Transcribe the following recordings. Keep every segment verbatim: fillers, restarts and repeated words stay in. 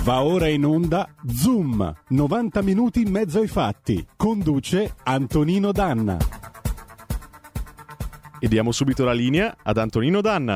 Va ora in onda Zoom, novanta minuti in mezzo ai fatti. Conduce Antonino Danna. E diamo subito la linea ad Antonino Danna.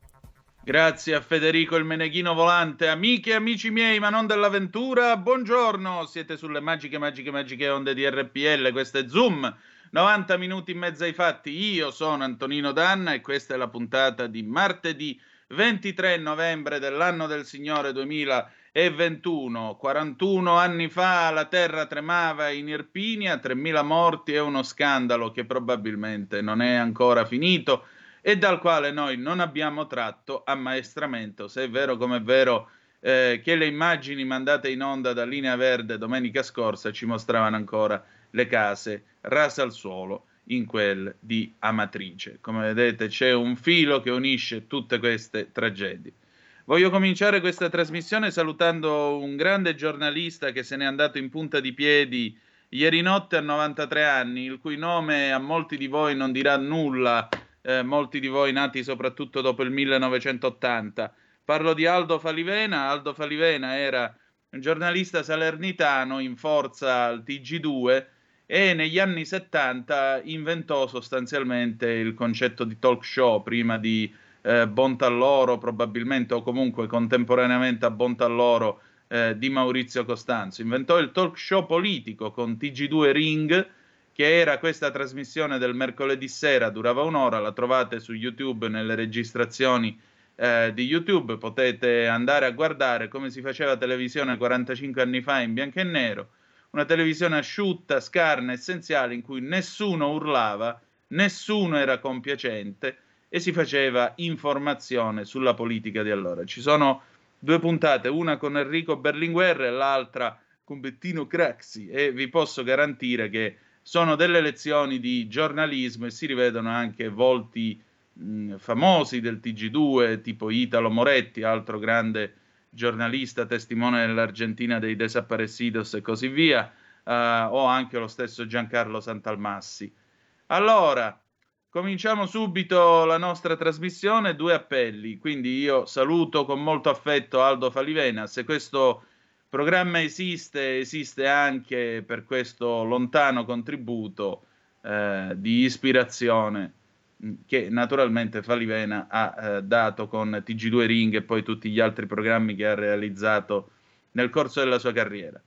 Grazie a Federico il Meneghino Volante. Amiche e amici miei, ma non dell'avventura, buongiorno. Siete sulle magiche, magiche, magiche onde di R P L. Questo è Zoom, novanta minuti in mezzo ai fatti. Io sono Antonino Danna e questa è la puntata di martedì ventitré novembre dell'anno del Signore duemilaventuno. quarantuno anni fa la terra tremava in Irpinia, tremila morti e uno scandalo che probabilmente non è ancora finito e dal quale noi non abbiamo tratto ammaestramento, se è vero come è vero eh, che le immagini mandate in onda da Linea Verde domenica scorsa ci mostravano ancora le case rase al suolo in quel di Amatrice. Come vedete c'è un filo che unisce tutte queste tragedie. Voglio cominciare questa trasmissione salutando un grande giornalista che se n'è andato in punta di piedi ieri notte a novantatré anni, il cui nome a molti di voi non dirà nulla, eh, molti di voi nati soprattutto dopo il millenovecentottanta. Parlo di Aldo Falivena. Aldo Falivena era un giornalista salernitano in forza al T G due e negli anni settanta inventò sostanzialmente il concetto di talk show prima di eh, Bontalloro probabilmente, o comunque contemporaneamente a Bontalloro, eh, di Maurizio Costanzo. Inventò il talk show politico con T G due Ring, che era questa trasmissione del mercoledì sera, durava un'ora, la trovate su YouTube nelle registrazioni eh, di YouTube, potete andare a guardare come si faceva televisione quarantacinque anni fa in bianco e nero. Una televisione asciutta, scarna, essenziale, in cui nessuno urlava, nessuno era compiacente e si faceva informazione sulla politica di allora. Ci sono due puntate, una con Enrico Berlinguer e l'altra con Bettino Craxi, e vi posso garantire che sono delle lezioni di giornalismo e si rivedono anche volti mh, famosi del T G due, tipo Italo Moretti, altro grande giornalista, testimone dell'Argentina dei desaparecidos e così via, uh, o anche lo stesso Giancarlo Santalmassi. Allora, cominciamo subito la nostra trasmissione, due appelli, quindi io saluto con molto affetto Aldo Falivena. Se questo programma esiste, esiste anche per questo lontano contributo eh, di ispirazione che naturalmente Falivena ha eh, dato con T G due Ring e poi tutti gli altri programmi che ha realizzato nel corso della sua carriera.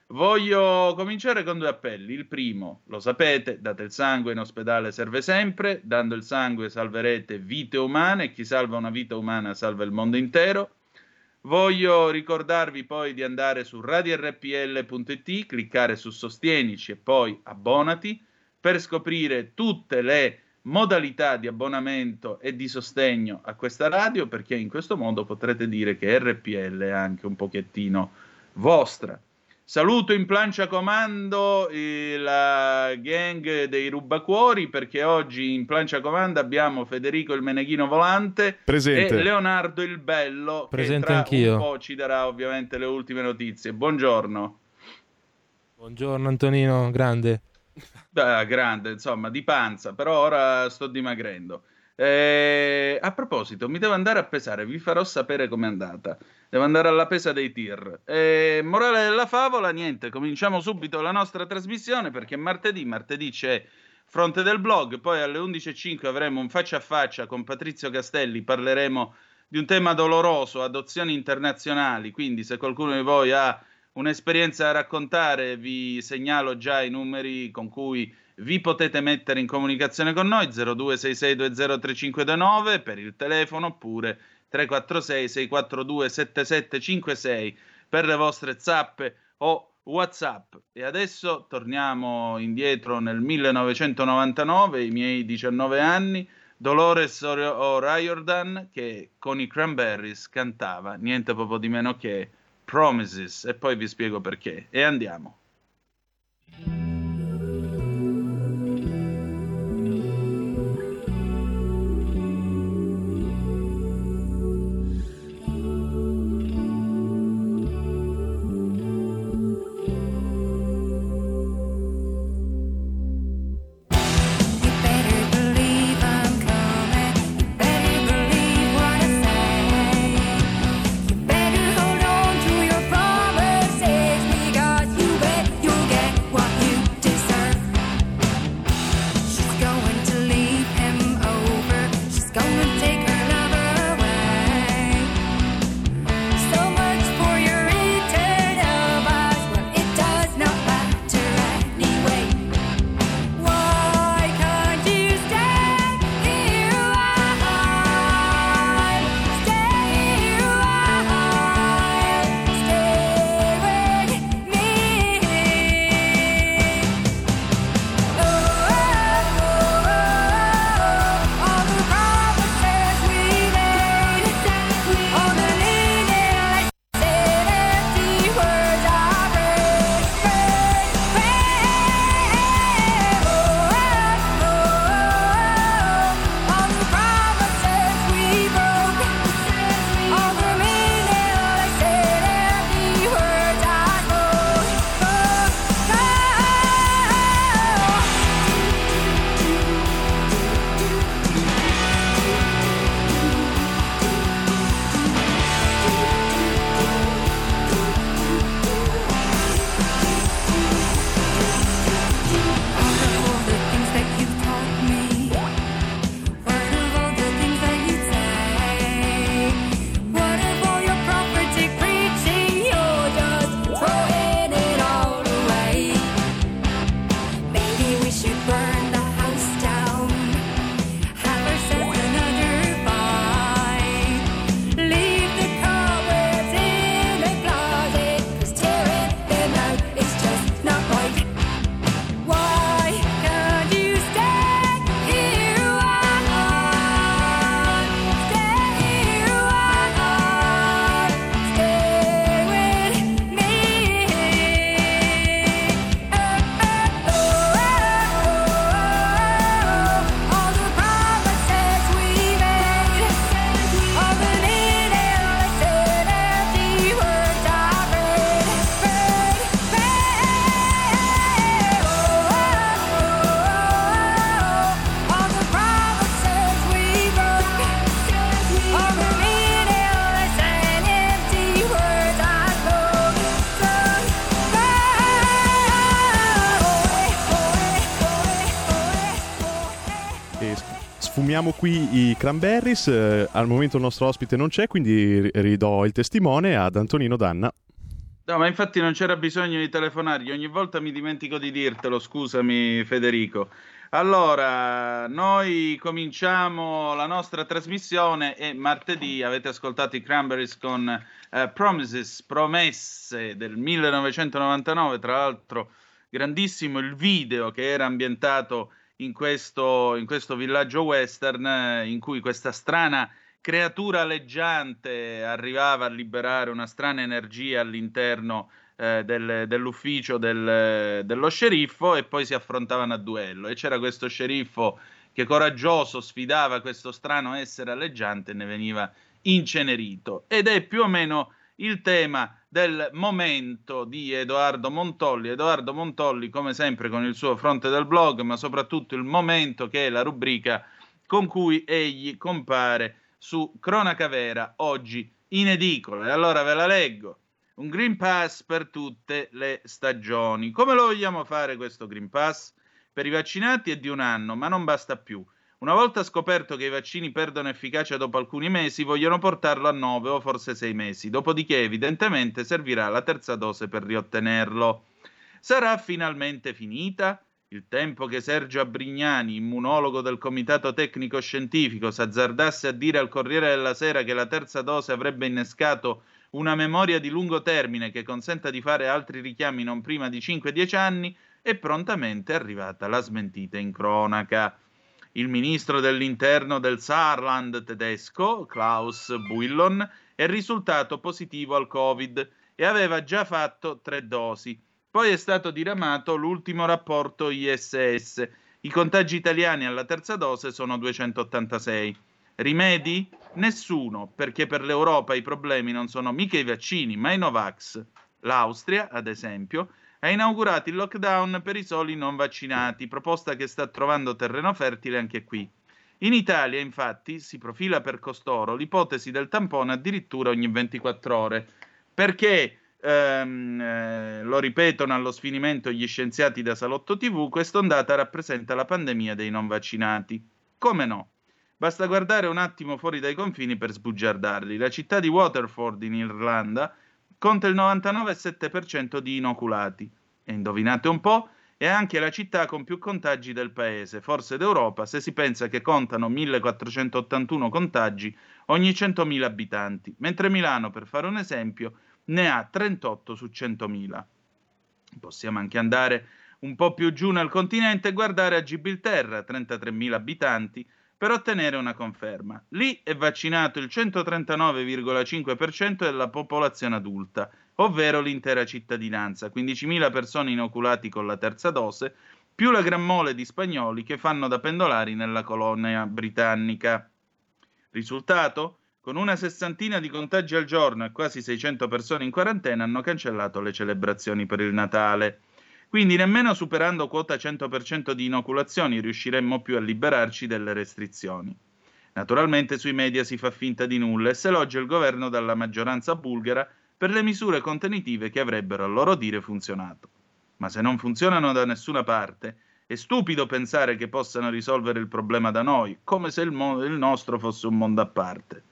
Voglio cominciare con due appelli. Il primo, lo sapete, date il sangue, in ospedale serve sempre, dando il sangue salverete vite umane e chi salva una vita umana salva il mondo intero. Voglio ricordarvi poi di andare su radio R P L punto it, cliccare su Sostienici e poi abbonati per scoprire tutte le modalità di abbonamento e di sostegno a questa radio, perché in questo modo potrete dire che R P L è anche un pochettino vostra. Saluto in plancia comando eh, la gang dei rubacuori, perché oggi in plancia comando abbiamo Federico il Meneghino Volante presente e Leonardo il Bello, presente che tra anch'io. un po' ci darà ovviamente le ultime notizie. Buongiorno. Buongiorno Antonino, grande. Beh, grande, insomma, di panza, però ora sto dimagrendo. Eh, a proposito, mi devo andare a pesare, vi farò sapere com'è andata. Devo andare alla pesa dei tir. Eh, morale della favola, niente, cominciamo subito la nostra trasmissione perché martedì, martedì c'è Fronte del Blog, poi alle undici e cinque avremo un faccia a faccia con Patrizio Castelli, parleremo di un tema doloroso, adozioni internazionali, quindi se qualcuno di voi ha un'esperienza da raccontare vi segnalo già i numeri con cui vi potete mettere in comunicazione con noi, zero due sei sei due zero tre cinque due nove per il telefono, oppure tre quattro sei sei quattro due sette sette cinque sei per le vostre zappe o WhatsApp. E adesso torniamo indietro nel millenovecentonovantanove, i miei diciannove anni, Dolores O'Riordan che con i Cranberries cantava niente proprio di meno che Promises, e poi vi spiego perché. E andiamo. Better hold on to your promise. consumiamo qui i cranberries. Eh, al momento il nostro ospite non c'è, quindi ridò il testimone ad Antonino Danna. No, ma infatti non c'era bisogno di telefonargli, ogni volta mi dimentico di dirtelo, scusami Federico. Allora, noi cominciamo la nostra trasmissione e martedì avete ascoltato i Cranberries con eh, Promises, Promesse del millenovecentonovantanove, tra l'altro grandissimo il video che era ambientato in questo, in questo villaggio western eh, in cui questa strana creatura leggiante arrivava a liberare una strana energia all'interno eh, del, dell'ufficio del, dello sceriffo e poi si affrontavano a duello. E c'era questo sceriffo che coraggioso sfidava questo strano essere alleggiante e ne veniva incenerito. Ed è più o meno il tema del momento di Edoardo Montolli. Edoardo Montolli, come sempre, con il suo fronte del blog, ma soprattutto il momento che è la rubrica con cui egli compare su Cronaca Vera, oggi in edicola. E allora ve la leggo. Un Green Pass per tutte le stagioni. Come lo vogliamo fare questo Green Pass? Per i vaccinati è di un anno, ma non basta più. Una volta scoperto che i vaccini perdono efficacia dopo alcuni mesi, vogliono portarlo a nove o forse sei mesi. Dopodiché, evidentemente, servirà la terza dose per riottenerlo. Sarà finalmente finita? Il tempo che Sergio Abrignani, immunologo del Comitato Tecnico Scientifico, s'azzardasse a dire al Corriere della Sera che la terza dose avrebbe innescato una memoria di lungo termine che consenta di fare altri richiami non prima di cinque dieci anni, è prontamente arrivata la smentita in cronaca. Il ministro dell'interno del Saarland tedesco, Klaus Buillon, è risultato positivo al Covid e aveva già fatto tre dosi. Poi è stato diramato l'ultimo rapporto I S S. I contagi italiani alla terza dose sono duecentottantasei. Rimedi? Nessuno, perché per l'Europa i problemi non sono mica i vaccini, ma i Novax. L'Austria, ad esempio, ha inaugurato il lockdown per i soli non vaccinati, proposta che sta trovando terreno fertile anche qui. In Italia, infatti, si profila per costoro l'ipotesi del tampone addirittura ogni ventiquattro ore. Perché, ehm, eh, lo ripetono allo sfinimento gli scienziati da Salotto tivù, quest'ondata rappresenta la pandemia dei non vaccinati. Come no? Basta guardare un attimo fuori dai confini per sbugiardarli. La città di Waterford, in Irlanda, conta il novantanove virgola sette per cento di inoculati. E indovinate un po', è anche la città con più contagi del paese, forse d'Europa, se si pensa che contano millequattrocentottantuno contagi ogni centomila abitanti, mentre Milano, per fare un esempio, ne ha trentotto su centomila. Possiamo anche andare un po' più giù nel continente e guardare a Gibilterra, trentatremila abitanti, per ottenere una conferma. Lì è vaccinato il centotrentanove virgola cinque per cento della popolazione adulta, ovvero l'intera cittadinanza, quindicimila persone inoculati con la terza dose, più la gran mole di spagnoli che fanno da pendolari nella colonia britannica. Risultato? Con una sessantina di contagi al giorno e quasi seicento persone in quarantena hanno cancellato le celebrazioni per il Natale. Quindi nemmeno superando quota cento per cento di inoculazioni riusciremmo più a liberarci delle restrizioni. Naturalmente sui media si fa finta di nulla e se elogia il governo dalla maggioranza bulgara per le misure contenitive che avrebbero a loro dire funzionato. Ma se non funzionano da nessuna parte, è stupido pensare che possano risolvere il problema da noi, come se il, mo- il nostro fosse un mondo a parte.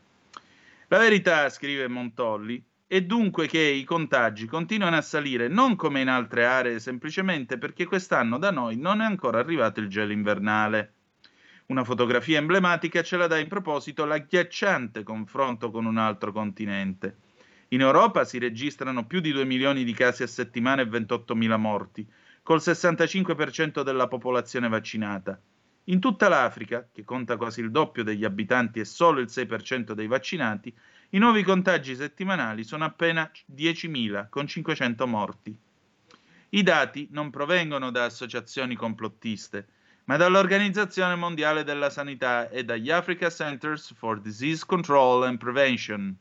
La verità, scrive Montolli, e dunque che i contagi continuano a salire non come in altre aree, semplicemente perché quest'anno da noi non è ancora arrivato il gelo invernale. Una fotografia emblematica ce la dà in proposito l'agghiacciante confronto con un altro continente. In Europa si registrano più di due milioni di casi a settimana e ventottomila morti, col sessantacinque per cento della popolazione vaccinata. In tutta l'Africa, che conta quasi il doppio degli abitanti e solo il sei per cento dei vaccinati, i nuovi contagi settimanali sono appena diecimila, con cinquecento morti. I dati non provengono da associazioni complottiste, ma dall'Organizzazione Mondiale della Sanità e dagli Africa Centers for Disease Control and Prevention.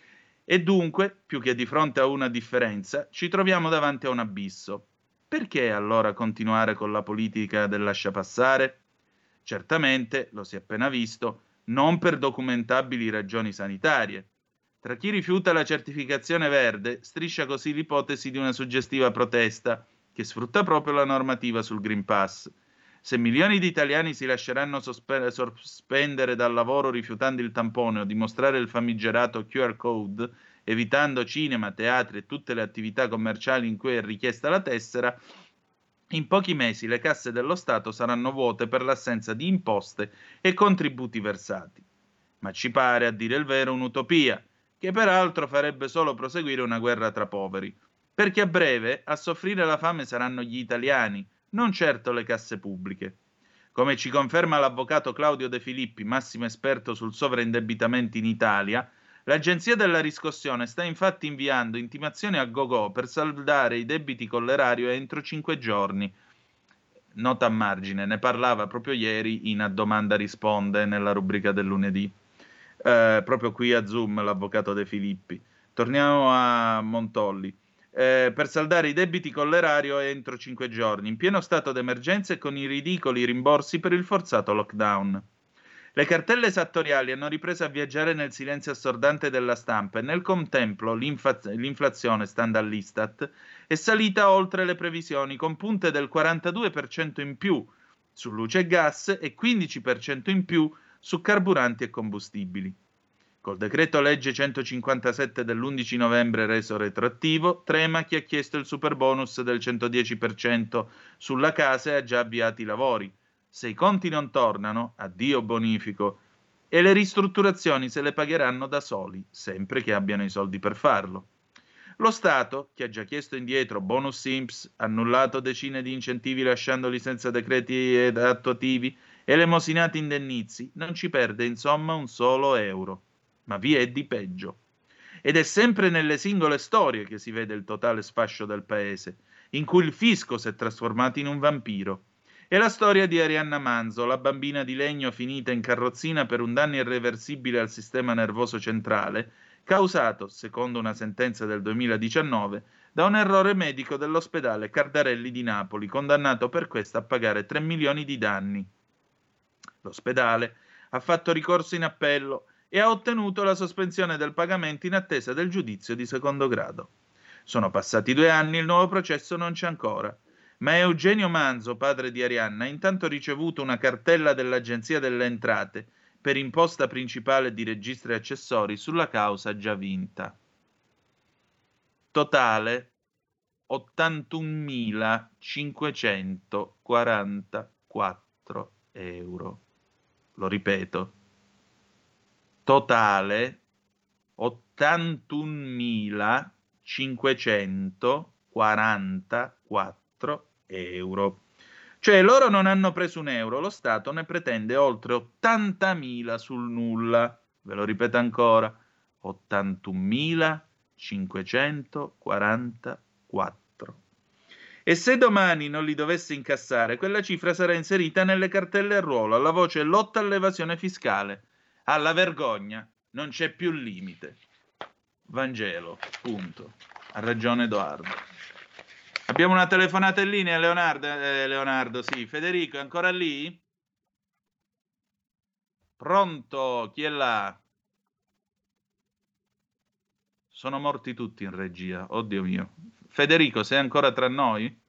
E dunque, più che di fronte a una differenza, ci troviamo davanti a un abisso. Perché allora continuare con la politica del lasciapassare? Certamente, lo si è appena visto, non per documentabili ragioni sanitarie. Tra chi rifiuta la certificazione verde striscia così l'ipotesi di una suggestiva protesta che sfrutta proprio la normativa sul Green Pass. Se milioni di italiani si lasceranno sospe- sospendere dal lavoro rifiutando il tampone o dimostrare il famigerato Q R code, evitando cinema, teatri e tutte le attività commerciali in cui è richiesta la tessera, in pochi mesi le casse dello Stato saranno vuote per l'assenza di imposte e contributi versati. Ma ci pare, a dire il vero, un'utopia, che peraltro farebbe solo proseguire una guerra tra poveri, perché a breve a soffrire la fame saranno gli italiani, non certo le casse pubbliche. Come ci conferma l'avvocato Claudio De Filippi, massimo esperto sul sovraindebitamento in Italia, l'Agenzia della Riscossione sta infatti inviando intimazioni a gogo per saldare i debiti con l'erario entro cinque giorni. Nota a margine, ne parlava proprio ieri in A Domanda Risponde nella rubrica del lunedì, eh, proprio qui a Zoom l'avvocato De Filippi. Torniamo a Montolli. Eh, per saldare i debiti con l'erario entro cinque giorni, in pieno stato d'emergenza e con i ridicoli rimborsi per il forzato lockdown. Le cartelle esattoriali hanno ripreso a viaggiare nel silenzio assordante della stampa e nel contempo l'infla- l'inflazione, stando all'Istat, è salita oltre le previsioni, con punte del quarantadue per cento in più su luce e gas e quindici per cento in più su carburanti e combustibili. Col decreto legge centocinquantasette dell'undici novembre reso retroattivo, trema chi ha chiesto il super bonus del centodieci per cento sulla casa e ha già avviato i lavori. Se i conti non tornano, addio bonifico. E le ristrutturazioni se le pagheranno da soli, sempre che abbiano i soldi per farlo. Lo Stato, che ha già chiesto indietro bonus I N P S, annullato decine di incentivi lasciandoli senza decreti ed attuativi, elemosinati indennizi, non ci perde insomma un solo euro. Ma vi è di peggio. Ed è sempre nelle singole storie che si vede il totale sfascio del paese, in cui il fisco si è trasformato in un vampiro. È la storia di Arianna Manzo, la bambina di legno finita in carrozzina per un danno irreversibile al sistema nervoso centrale, causato, secondo una sentenza del duemiladiciannove, da un errore medico dell'ospedale Cardarelli di Napoli, condannato per questo a pagare tre milioni di danni. L'ospedale ha fatto ricorso in appello e ha ottenuto la sospensione del pagamento in attesa del giudizio di secondo grado. Sono passati due anni, il nuovo processo non c'è ancora, ma Eugenio Manzo, padre di Arianna, ha intanto ricevuto una cartella dell'Agenzia delle Entrate per imposta principale di registri accessori sulla causa già vinta. Totale ottantunomilacinquecentoquarantaquattro euro. Lo ripeto. Totale ottantunomilacinquecentoquarantaquattro euro. Cioè loro non hanno preso un euro, lo Stato ne pretende oltre ottantamila sul nulla. Ve lo ripeto ancora, ottantunomilacinquecentoquarantaquattro. E se domani non li dovesse incassare, quella cifra sarà inserita nelle cartelle a ruolo, alla voce lotta all'evasione fiscale. Alla vergogna non c'è più limite. Vangelo, punto. Ha ragione Edoardo. Abbiamo una telefonata in linea, Leonardo, eh, Leonardo, sì. Federico, è ancora lì? Pronto? Chi è là? Sono morti tutti in regia, oddio mio. Federico, sei ancora tra noi?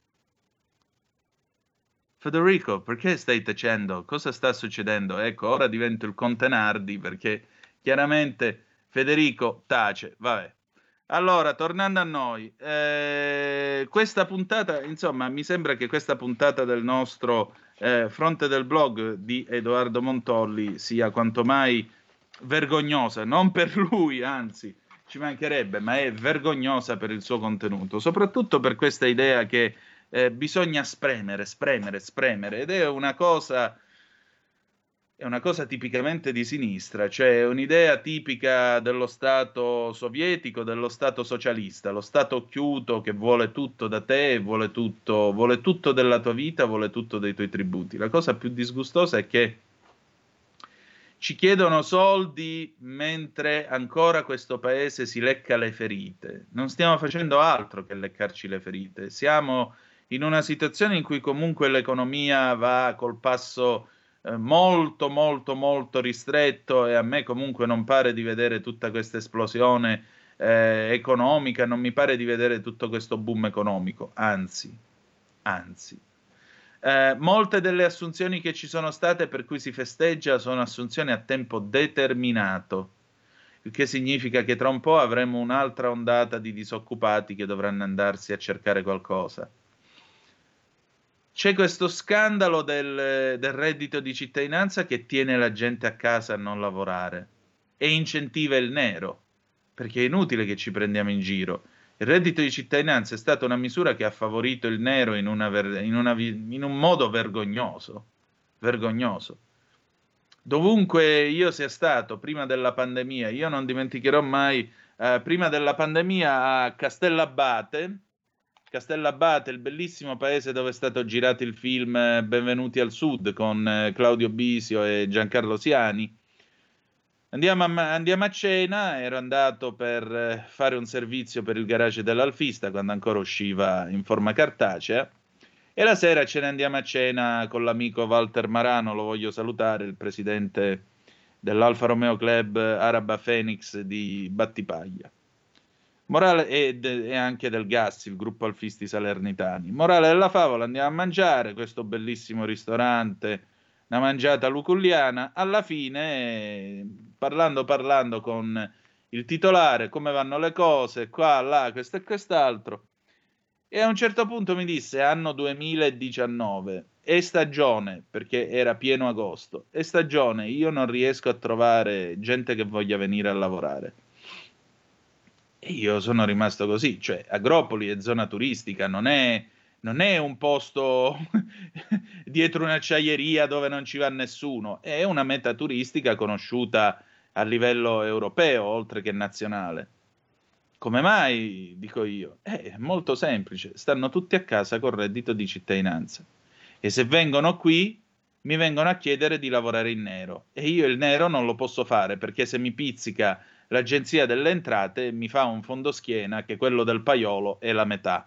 Federico, perché stai tacendo? Cosa sta succedendo? Ecco, ora divento il Conte Nardi perché chiaramente Federico tace. Vabbè. Allora, tornando a noi, eh, questa puntata, insomma, mi sembra che questa puntata del nostro eh, Fronte del Blog di Edoardo Montolli sia quanto mai vergognosa, non per lui, anzi, ci mancherebbe, ma è vergognosa per il suo contenuto, soprattutto per questa idea che Eh, bisogna spremere, spremere, spremere, ed è una cosa, è una cosa tipicamente di sinistra, cioè un'idea tipica dello Stato sovietico, dello Stato socialista, lo Stato occhiuto che vuole tutto da te, vuole tutto, vuole tutto della tua vita, vuole tutto dei tuoi tributi. La cosa più disgustosa è che ci chiedono soldi mentre ancora questo paese si lecca le ferite. Non stiamo facendo altro che leccarci le ferite, siamo in una situazione in cui comunque l'economia va col passo eh, molto molto molto ristretto e a me comunque non pare di vedere tutta questa esplosione eh, economica, non mi pare di vedere tutto questo boom economico, anzi, anzi. Eh, molte delle assunzioni che ci sono state, per cui si festeggia, sono assunzioni a tempo determinato, il che significa che tra un po' avremo un'altra ondata di disoccupati che dovranno andarsi a cercare qualcosa. C'è questo scandalo del, del reddito di cittadinanza che tiene la gente a casa a non lavorare e incentiva il nero, perché è inutile che ci prendiamo in giro. Il reddito di cittadinanza è stata una misura che ha favorito il nero in, una ver- in, una vi- in un modo vergognoso, vergognoso. Dovunque io sia stato prima della pandemia, io non dimenticherò mai, eh, prima della pandemia a Castellabate, Castellabate, il bellissimo paese dove è stato girato il film eh, Benvenuti al Sud con eh, Claudio Bisio e Giancarlo Siani. Andiamo a, andiamo a cena, ero andato per eh, fare un servizio per il garage dell'Alfista quando ancora usciva in forma cartacea, e la sera ce ne andiamo a cena con l'amico Walter Marano, lo voglio salutare, il presidente dell'Alfa Romeo Club Araba Phoenix di Battipaglia. Morale e, e anche del Gassi, il gruppo Alfisti Salernitani. Morale della favola, andiamo a mangiare, questo bellissimo ristorante, una mangiata luculliana. Alla fine, parlando parlando con il titolare, come vanno le cose, qua, là, questo e quest'altro, e a un certo punto mi disse, anno duemiladiciannove, è stagione, perché era pieno agosto, è stagione, io non riesco a trovare gente che voglia venire a lavorare. E io sono rimasto così, cioè Agropoli è zona turistica, non è, non è un posto dietro un'acciaieria dove non ci va nessuno, è una meta turistica conosciuta a livello europeo, oltre che nazionale. Come mai, dico io? È molto semplice, stanno tutti a casa col reddito di cittadinanza e se vengono qui mi vengono a chiedere di lavorare in nero e io il nero non lo posso fare perché se mi pizzica l'Agenzia delle Entrate mi fa un fondoschiena che quello del paiolo è la metà.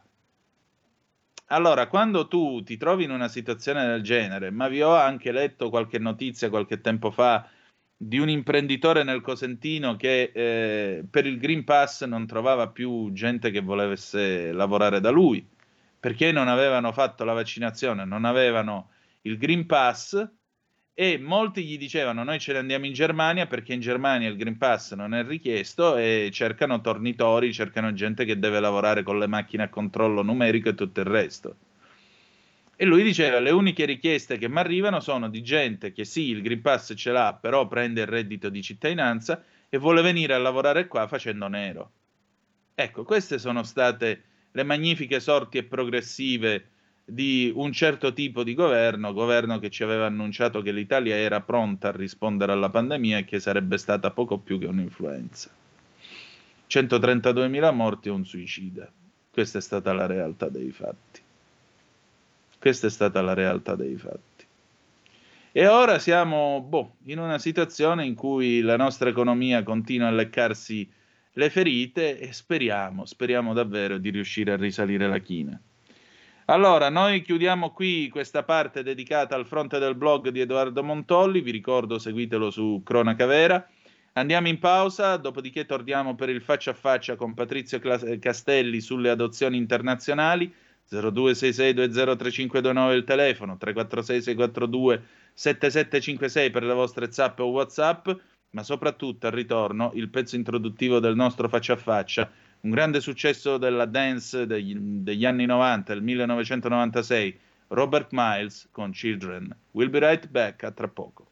Allora, quando tu ti trovi in una situazione del genere, ma vi ho anche letto qualche notizia qualche tempo fa di un imprenditore nel Cosentino che eh, per il Green Pass non trovava più gente che volesse lavorare da lui, perché non avevano fatto la vaccinazione, non avevano il Green Pass, e molti gli dicevano noi ce ne andiamo in Germania perché in Germania il Green Pass non è richiesto e cercano tornitori, cercano gente che deve lavorare con le macchine a controllo numerico e tutto il resto. E lui diceva le uniche richieste che mi arrivano sono di gente che sì, il Green Pass ce l'ha, però prende il reddito di cittadinanza e vuole venire a lavorare qua facendo nero. Ecco, queste sono state le magnifiche sorti e progressive di un certo tipo di governo, governo che ci aveva annunciato che l'Italia era pronta a rispondere alla pandemia e che sarebbe stata poco più che un'influenza. centotrentaduemila morti e un suicida. Questa è stata la realtà dei fatti. Questa è stata la realtà dei fatti. E ora siamo boh, in una situazione in cui la nostra economia continua a leccarsi le ferite e speriamo, speriamo davvero di riuscire a risalire la china. Allora, noi chiudiamo qui questa parte dedicata al fronte del blog di Edoardo Montolli, vi ricordo seguitelo su Cronaca Vera, andiamo in pausa, dopodiché torniamo per il faccia a faccia con Patrizio Castelli sulle adozioni internazionali, zero due sei sei due zero tre cinque due nove il telefono, tre quattro sei sei quattro due sette sette cinque sei per le vostre zap o WhatsApp, ma soprattutto al ritorno il pezzo introduttivo del nostro faccia a faccia, un grande successo della dance degli, degli anni novanta, il millenovecentonovantasei, Robert Miles con Children. We'll be right back, a tra poco.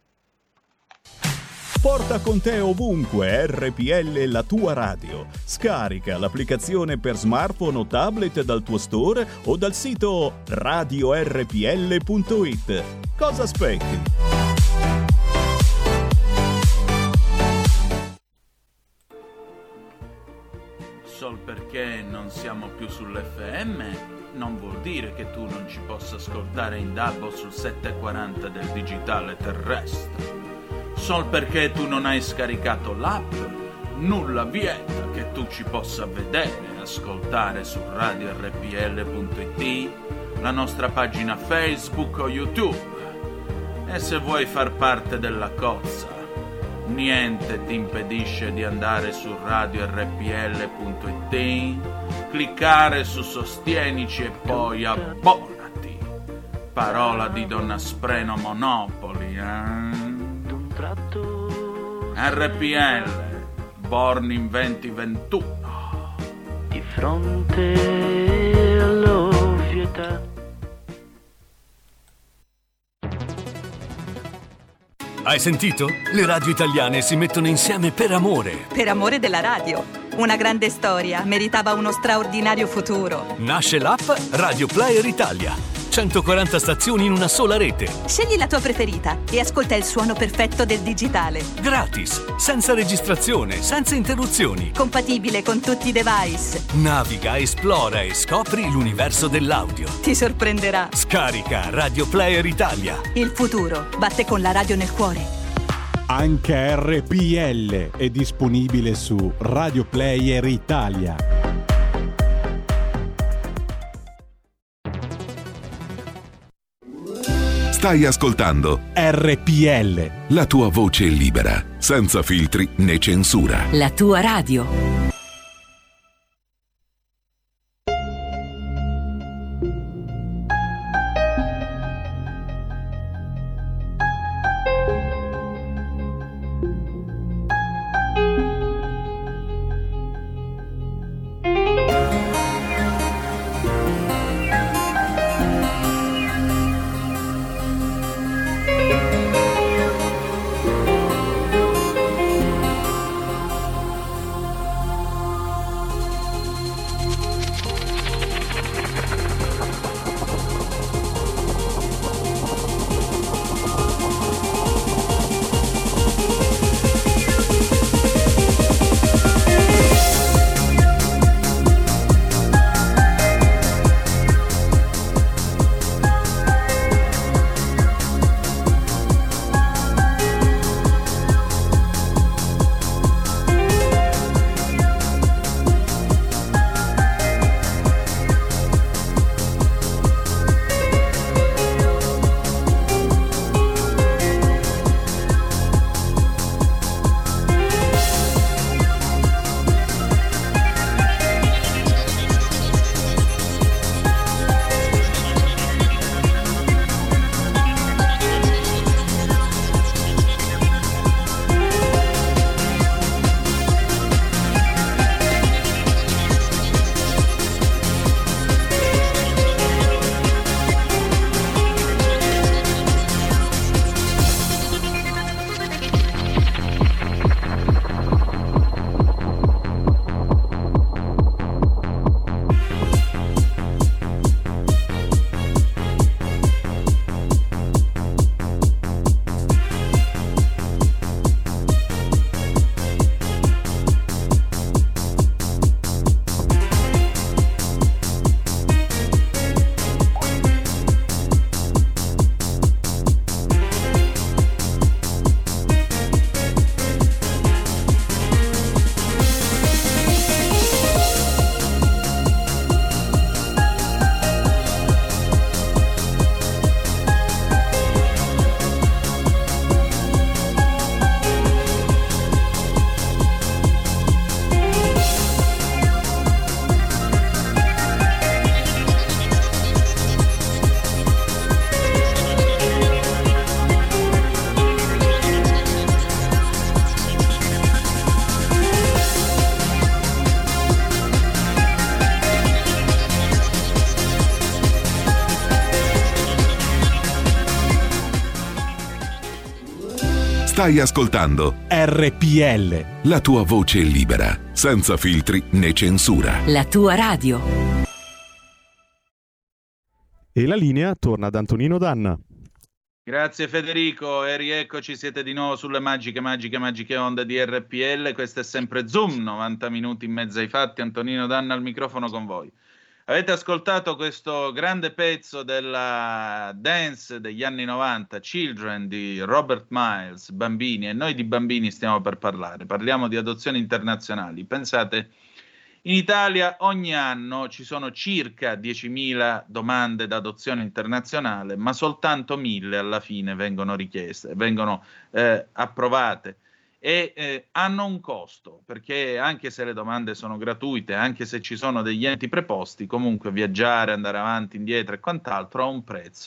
Porta con te ovunque R P L, la tua radio. Scarica l'applicazione per smartphone o tablet dal tuo store o dal sito radio r p l punto i t. Cosa aspetti? Sol perché non siamo più sull'F M non vuol dire che tu non ci possa ascoltare in D A B o sul settecentoquaranta del digitale terrestre. Sol perché tu non hai scaricato l'app, nulla vieta che tu ci possa vedere e ascoltare su radio r p l punto i t, la nostra pagina Facebook o YouTube. E se vuoi far parte della cozza, niente ti impedisce di andare su radio r p l punto i t, cliccare su Sostienici e poi abbonati. Parola di Don Aspreno Monopoli, eh? R P L, born in duemilaventuno. Di fronte all'ovvietà. Hai sentito? Le radio italiane si mettono insieme per amore. Per amore della radio. Una grande storia meritava uno straordinario futuro. Nasce l'app Radio Player Italia. centoquaranta stazioni in una sola rete. Scegli la tua preferita e ascolta il suono perfetto del digitale. Gratis, senza registrazione, senza interruzioni. Compatibile con tutti i device. Naviga, esplora e scopri l'universo dell'audio. Ti sorprenderà. Scarica Radio Player Italia. Il futuro batte con la radio nel cuore. Anche R P L è disponibile su Radio Player Italia. Stai ascoltando R P L, la tua voce libera, senza filtri né censura. La tua radio. Stai ascoltando R P L, la tua voce libera, senza filtri né censura. La tua radio. E la linea torna ad Antonino Danna. Grazie Federico e rieccoci, siete di nuovo sulle magiche, magiche, magiche onde di R P L. Questo è sempre Zoom, novanta minuti in mezzo ai fatti. Antonino Danna al microfono con voi. Avete ascoltato questo grande pezzo della dance degli anni novanta, Children di Robert Miles, bambini, e noi di bambini stiamo per parlare. Parliamo di adozioni internazionali. Pensate, in Italia ogni anno ci sono circa diecimila domande d'adozione internazionale, ma soltanto mille alla fine vengono richieste, vengono eh, approvate. E eh, hanno un costo, perché anche se le domande sono gratuite, anche se ci sono degli enti preposti, comunque viaggiare, andare avanti, indietro e quant'altro ha un prezzo,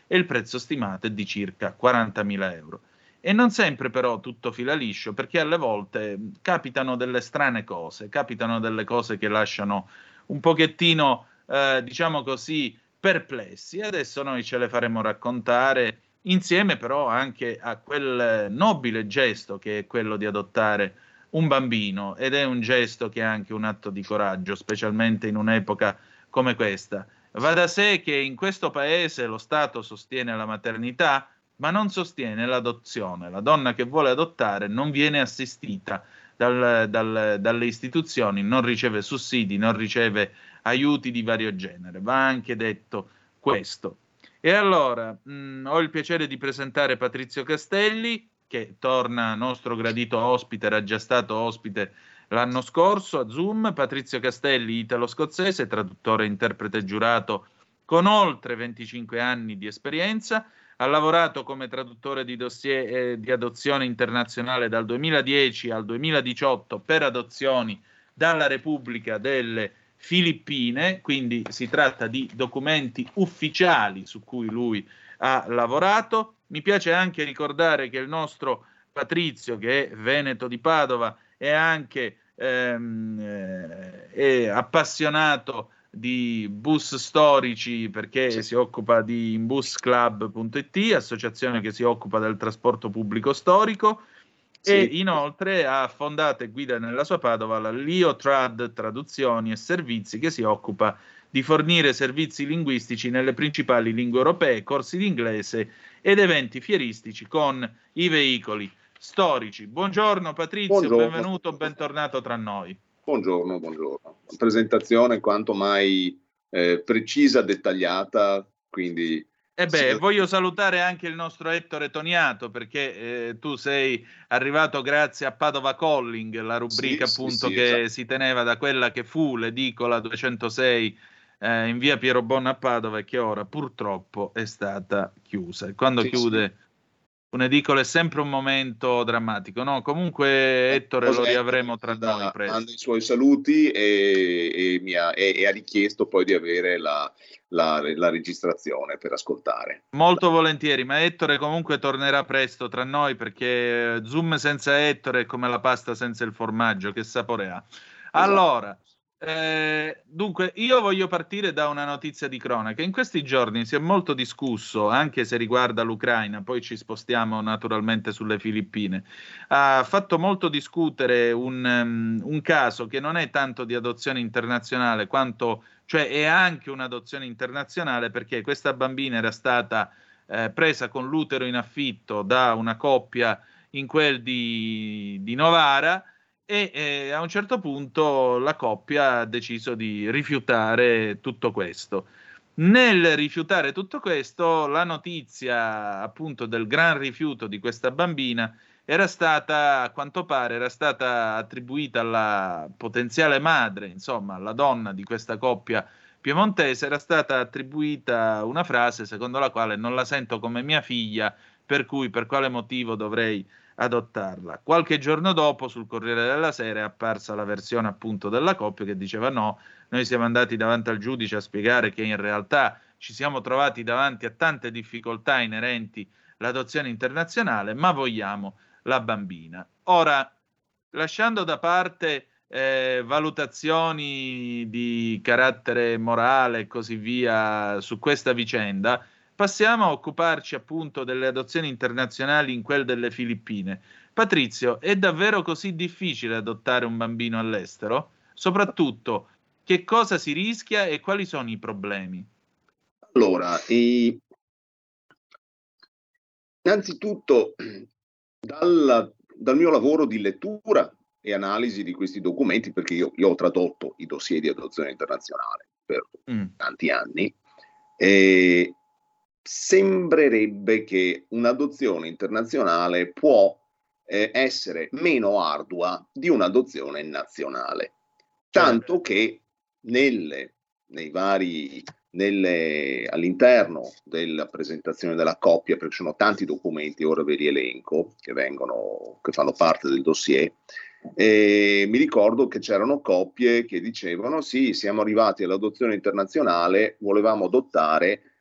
e il prezzo stimato è di circa quarantamila euro. E non sempre però tutto fila liscio, perché alle volte capitano delle strane cose, capitano delle cose che lasciano un pochettino, eh, diciamo così, perplessi. E adesso noi ce le faremo raccontare, insieme però anche a quel nobile gesto che è quello di adottare un bambino, ed è un gesto che è anche un atto di coraggio, specialmente in un'epoca come questa. Va da sé che in questo paese lo Stato sostiene la maternità, ma non sostiene l'adozione. La donna che vuole adottare non viene assistita dal, dal, dalle istituzioni, non riceve sussidi, non riceve aiuti di vario genere. Va anche detto questo. E allora mh, ho il piacere di presentare Patrizio Castelli, che torna nostro gradito ospite, era già stato ospite l'anno scorso a Zoom. Patrizio Castelli, italo-scozzese, traduttore, interprete giurato con oltre venticinque anni di esperienza. Ha lavorato come traduttore di dossier eh, di adozione internazionale dal duemiladieci al duemiladiciotto per adozioni dalla Repubblica delle Filippine, quindi si tratta di documenti ufficiali su cui lui ha lavorato. Mi piace anche ricordare che il nostro Patrizio, che è veneto di Padova, è anche ehm, eh, è appassionato di bus storici, perché sì. si occupa di imbusclub punto it, associazione che si occupa del trasporto pubblico storico, sì. E inoltre ha fondato e guida nella sua Padova la Liotrad Traduzioni e Servizi, che si occupa di fornire servizi linguistici nelle principali lingue europee, corsi di inglese ed eventi fieristici con i veicoli storici. Buongiorno Patrizio, buongiorno. Benvenuto, bentornato tra noi. Buongiorno, buongiorno. Presentazione quanto mai eh, precisa, dettagliata, quindi... E eh beh, sì. Voglio salutare anche il nostro Ettore Toniato, perché eh, tu sei arrivato grazie a Padova Calling, la rubrica sì, appunto sì, sì, che esatto. si teneva da quella che fu l'edicola duecentosei eh, in via Piero Bonna a Padova, e che ora purtroppo è stata chiusa. E quando sì, chiude... Sì. Un'edicola è sempre un momento drammatico, no? Comunque Ettore lo riavremo tra da, noi presto. Manda i suoi saluti e, e, mi ha, e, e ha richiesto poi di avere la, la, la registrazione per ascoltare. Molto volentieri, ma Ettore comunque tornerà presto tra noi, perché Zoom senza Ettore è come la pasta senza il formaggio, che sapore ha. Esatto. Allora... Eh, dunque io voglio partire da una notizia di cronaca. In questi giorni si è molto discusso, anche se riguarda l'Ucraina, poi ci spostiamo naturalmente sulle Filippine. Ha fatto molto discutere un, um, un caso che non è tanto di adozione internazionale, quanto, cioè è anche un'adozione internazionale, perché questa bambina era stata eh, presa con l'utero in affitto da una coppia in quel di, di Novara, e eh, a un certo punto la coppia ha deciso di rifiutare tutto questo. Nel rifiutare tutto questo, la notizia appunto del gran rifiuto di questa bambina era stata, a quanto pare, era stata attribuita alla potenziale madre, insomma alla donna di questa coppia piemontese, era stata attribuita una frase secondo la quale non la sento come mia figlia, per cui per quale motivo dovrei adottarla. Qualche giorno dopo sul Corriere della Sera è apparsa la versione appunto della coppia che diceva no, noi siamo andati davanti al giudice a spiegare che in realtà ci siamo trovati davanti a tante difficoltà inerenti all'adozione internazionale, ma vogliamo la bambina. Ora, lasciando da parte eh, valutazioni di carattere morale e così via su questa vicenda, passiamo a occuparci appunto delle adozioni internazionali in quelle delle Filippine. Patrizio, è davvero così difficile adottare un bambino all'estero? Soprattutto, che cosa si rischia e quali sono i problemi? Allora, e... innanzitutto, dal, dal mio lavoro di lettura e analisi di questi documenti, perché io, io ho tradotto i dossier di adozione internazionale per mm. tanti anni, e sembrerebbe che un'adozione internazionale può eh, essere meno ardua di un'adozione nazionale, tanto che nelle, nei vari, nelle, all'interno della presentazione della coppia, perché sono tanti documenti, ora ve li elenco, che vengono, che fanno parte del dossier, e mi ricordo che c'erano coppie che dicevano sì, siamo arrivati all'adozione internazionale, volevamo adottare,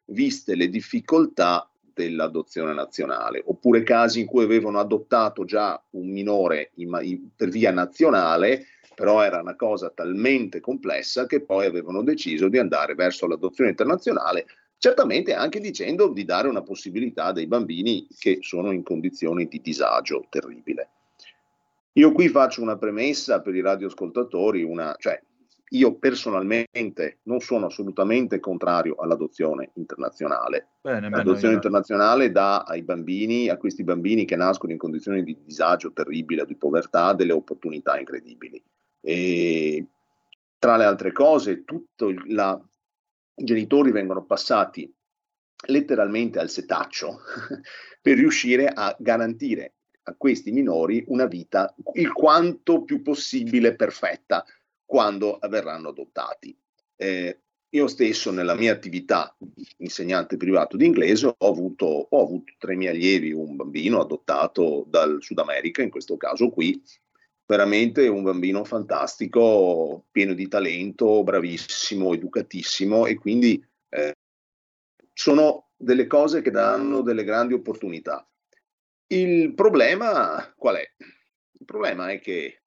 viste le difficoltà dell'adozione nazionale, oppure casi in cui avevano adottato già un minore in, in, per via nazionale, però era una cosa talmente complessa che poi avevano deciso di andare verso l'adozione internazionale, certamente anche dicendo di dare una possibilità dei bambini che sono in condizioni di disagio terribile. Io qui faccio una premessa per i radioascoltatori, una, cioè io personalmente non sono assolutamente contrario all'adozione internazionale. Bene, L'adozione io... internazionale dà ai bambini, a questi bambini che nascono in condizioni di disagio terribile, di povertà, delle opportunità incredibili. E tra le altre cose, tutto il, la, i genitori vengono passati letteralmente al setaccio per riuscire a garantire a questi minori una vita il quanto più possibile perfetta quando verranno adottati. Eh, io stesso nella mia attività insegnante privato di inglese ho avuto, ho avuto tra i miei allievi un bambino adottato dal Sud America, in questo caso qui, veramente un bambino fantastico, pieno di talento, bravissimo, educatissimo, e quindi eh, sono delle cose che danno delle grandi opportunità. Il problema qual è? Il problema è che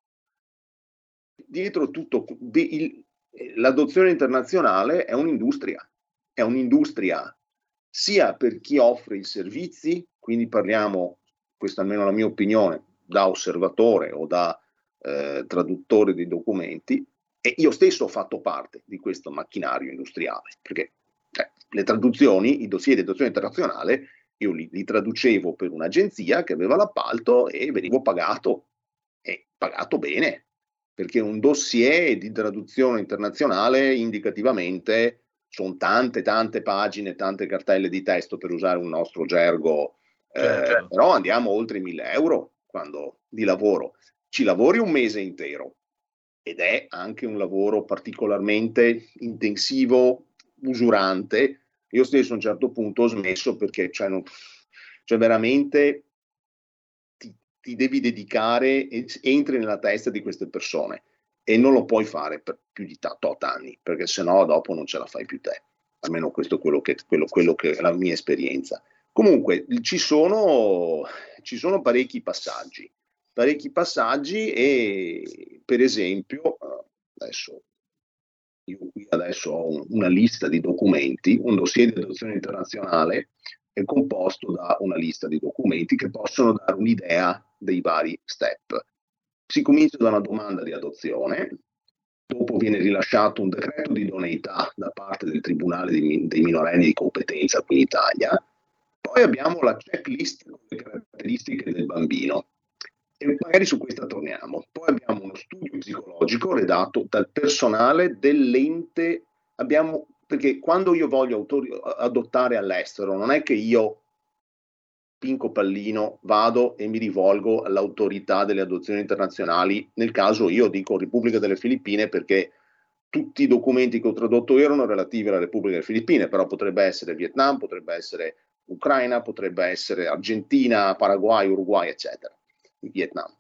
dietro tutto il, l'adozione internazionale è un'industria, è un'industria sia per chi offre i servizi, quindi parliamo, questa almeno la mia opinione, da osservatore o da eh, traduttore di documenti, e io stesso ho fatto parte di questo macchinario industriale, perché eh, le traduzioni, i dossier di adozione internazionale, io li, li traducevo per un'agenzia che aveva l'appalto e venivo pagato, e pagato bene, perché un dossier di traduzione internazionale indicativamente sono tante tante pagine, tante cartelle di testo, per usare un nostro gergo, eh, certo. Però andiamo oltre i mille euro quando di lavoro. Ci lavori un mese intero ed è anche un lavoro particolarmente intensivo, usurante. Io stesso a un certo punto ho smesso perché cioè, non, cioè veramente ti, ti devi dedicare, e entri nella testa di queste persone e non lo puoi fare per più di tot anni, perché sennò dopo non ce la fai più te. Almeno questo è quello che, quello, quello che è la mia esperienza. Comunque ci sono, ci sono parecchi passaggi, parecchi passaggi e per esempio adesso io qui adesso ho un, una lista di documenti, un dossier di adozione internazionale è composto da una lista di documenti che possono dare un'idea dei vari step. Si comincia da una domanda di adozione, dopo viene rilasciato un decreto di idoneità da parte del Tribunale dei, dei minorenni di competenza qui in Italia, poi abbiamo la checklist con le caratteristiche del bambino. E magari su questa torniamo. Poi abbiamo uno studio psicologico redatto dal personale dell'ente. Abbiamo, perché quando io voglio autori, adottare all'estero, non è che io, Pinco Pallino, vado e mi rivolgo all'autorità delle adozioni internazionali. Nel caso io dico Repubblica delle Filippine perché tutti i documenti che ho tradotto erano relativi alla Repubblica delle Filippine, però potrebbe essere Vietnam, potrebbe essere Ucraina, potrebbe essere Argentina, Paraguay, Uruguay, eccetera. Vietnam.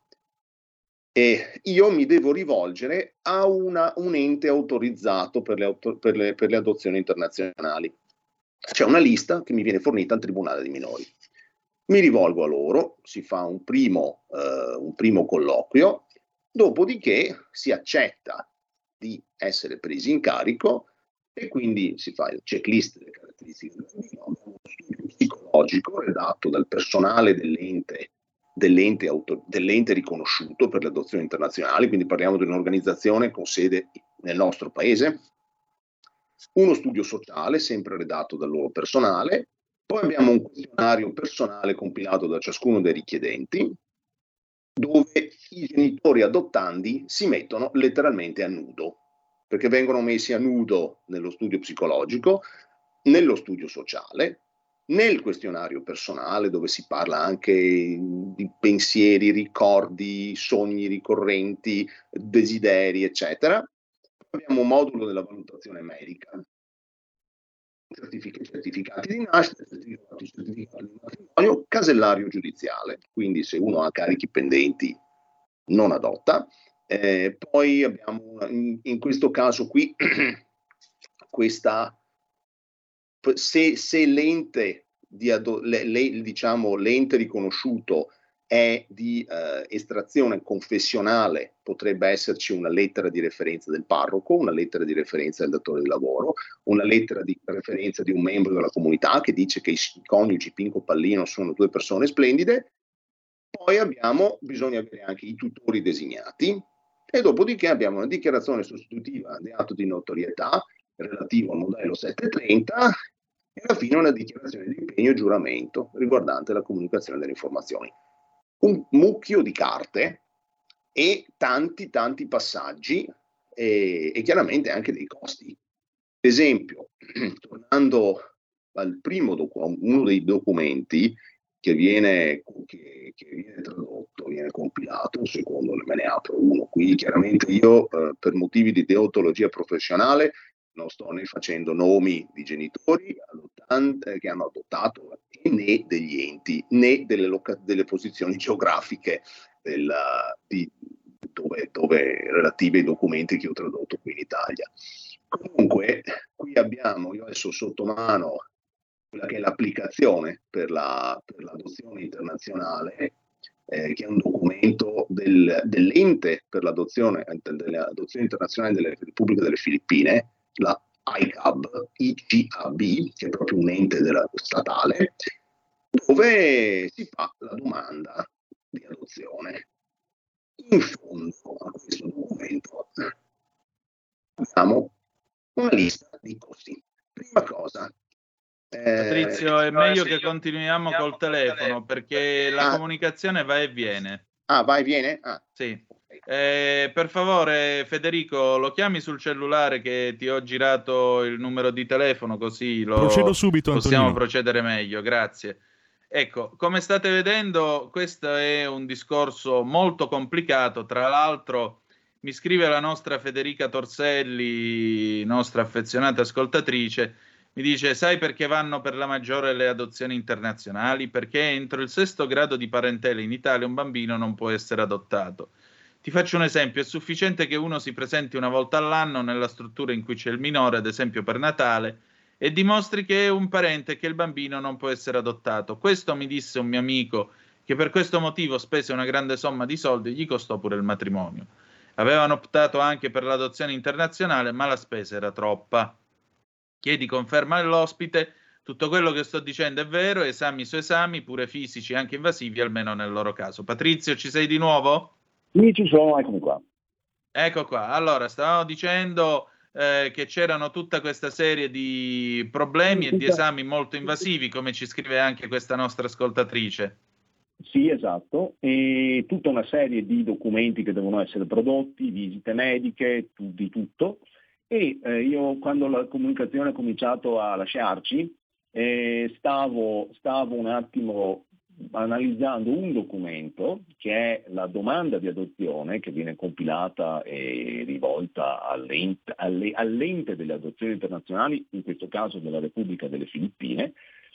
E io mi devo rivolgere a una, un ente autorizzato per le, auto, per, le, per le adozioni internazionali. C'è una lista che mi viene fornita al Tribunale dei minori. Mi rivolgo a loro, si fa un primo, eh, un primo colloquio, dopodiché si accetta di essere presi in carico e quindi si fa il checklist delle caratteristiche del bambino, uno studio psicologico redatto dal personale dell'ente Dell'ente, auto, dell'ente riconosciuto per le adozioni internazionali, quindi parliamo di un'organizzazione con sede nel nostro paese, uno studio sociale sempre redatto dal loro personale, poi abbiamo un questionario personale compilato da ciascuno dei richiedenti, dove i genitori adottandi si mettono letteralmente a nudo, perché vengono messi a nudo nello studio psicologico, nello studio sociale, nel questionario personale, dove si parla anche di pensieri, ricordi, sogni ricorrenti, desideri, eccetera. Abbiamo un modulo della valutazione medica, certific- certificati di nascita, certificati, certificati di matrimonio, casellario giudiziale, quindi se uno ha carichi pendenti non adotta. Eh, poi abbiamo una, in, in questo caso qui questa se, se l'ente, di ado- le, le, diciamo, l'ente riconosciuto è di eh, estrazione confessionale, potrebbe esserci una lettera di referenza del parroco, una lettera di referenza del datore di lavoro, una lettera di referenza di un membro della comunità che dice che i coniugi Pinco Pallino sono due persone splendide. Poi abbiamo, bisogna avere anche i tutori designati, e dopodiché abbiamo una dichiarazione sostitutiva di atto di notorietà relativo al modello settecentotrenta e alla fine una dichiarazione di impegno e giuramento riguardante la comunicazione delle informazioni. Un mucchio di carte e tanti tanti passaggi e, e chiaramente anche dei costi. Ad esempio, tornando al primo docu- uno dei documenti che viene, che, che viene tradotto, viene compilato, secondo me ne apro uno qui, chiaramente io eh, per motivi di deontologia professionale non sto né facendo nomi di genitori adottanti, che hanno adottato, né degli enti, né delle, loca- delle posizioni geografiche della, di, dove, dove relative ai documenti che ho tradotto qui in Italia. Comunque, qui abbiamo, io adesso sotto mano, quella che è l'applicazione per, la, per l'adozione internazionale, eh, che è un documento del, dell'ente per l'adozione, dell'adozione internazionale della Repubblica delle Filippine, la I C A B, I C A B, che è proprio un ente della, statale, dove si fa la domanda di adozione. In fondo a questo documento abbiamo una lista di costi. Prima cosa, Patrizio, è meglio che continuiamo col telefono perché la ah, comunicazione va e viene. Ah, va e viene? Ah. Sì. Eh, per favore, Federico, lo chiami sul cellulare che ti ho girato il numero di telefono, così lo Procedo subito, possiamo Antonino. procedere meglio. Grazie. Ecco, come state vedendo, questo è un discorso molto complicato. Tra l'altro, mi scrive la nostra Federica Torselli, nostra affezionata ascoltatrice, mi dice: sai perché vanno per la maggiore le adozioni internazionali? Perché entro il sesto grado di parentela in Italia un bambino non può essere adottato. Ti faccio un esempio: è sufficiente che uno si presenti una volta all'anno nella struttura in cui c'è il minore, ad esempio per Natale, e dimostri che è un parente e che il bambino non può essere adottato. Questo mi disse un mio amico, che per questo motivo spese una grande somma di soldi e gli costò pure il matrimonio. Avevano optato anche per l'adozione internazionale, ma la spesa era troppa. Chiedi conferma all'ospite, tutto quello che sto dicendo è vero, esami su esami, pure fisici, anche invasivi, almeno nel loro caso. Patrizio, ci sei di nuovo? Sì, ci sono, eccomi qua. Ecco qua, allora, stavamo dicendo eh, che c'erano tutta questa serie di problemi sì, e di esami molto invasivi, come ci scrive anche questa nostra ascoltatrice. Sì, esatto, e tutta una serie di documenti che devono essere prodotti, visite mediche, tu, di tutto. E eh, io quando la comunicazione ha cominciato a lasciarci eh, stavo, stavo un attimo analizzando un documento che è la domanda di adozione che viene compilata e rivolta all'ente, alle, all'ente delle adozioni internazionali, in questo caso della Repubblica delle Filippine,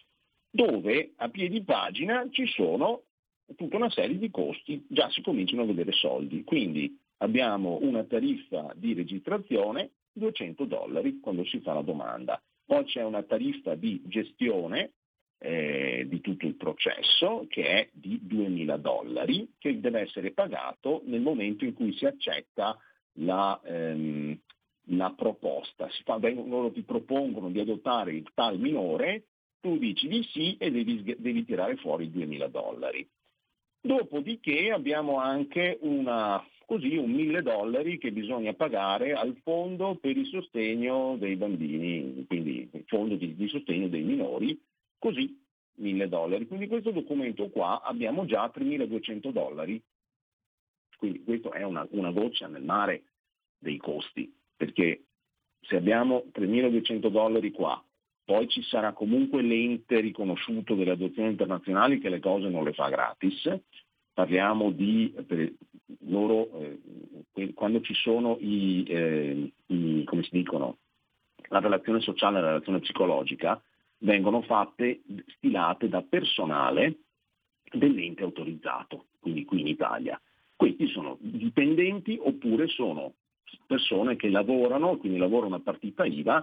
dove a piedi pagina ci sono tutta una serie di costi, già si cominciano a vedere soldi. Quindi abbiamo una tariffa di registrazione duecento dollari quando si fa la domanda. Poi c'è una tariffa di gestione eh, di tutto il processo che è di duemila dollari, che deve essere pagato nel momento in cui si accetta la, ehm, la proposta. Si fa, loro ti propongono di adottare il tal minore, tu dici di sì e devi, devi tirare fuori i duemila dollari. Dopodiché abbiamo anche una, così, un mille dollari che bisogna pagare al fondo per il sostegno dei bambini, quindi il fondo di, di sostegno dei minori, così mille dollari. Quindi questo documento qua abbiamo già tremiladuecento dollari. Quindi questo è una, una goccia nel mare dei costi, perché se abbiamo tremiladuecento dollari qua, poi ci sarà comunque l'ente riconosciuto delle adozioni internazionali che le cose non le fa gratis. Parliamo di per loro eh, quando ci sono i, eh, i come si dicono la relazione sociale e la relazione psicologica, vengono fatte stilate da personale dell'ente autorizzato, quindi qui in Italia. Questi sono dipendenti oppure sono persone che lavorano, quindi lavorano a partita I V A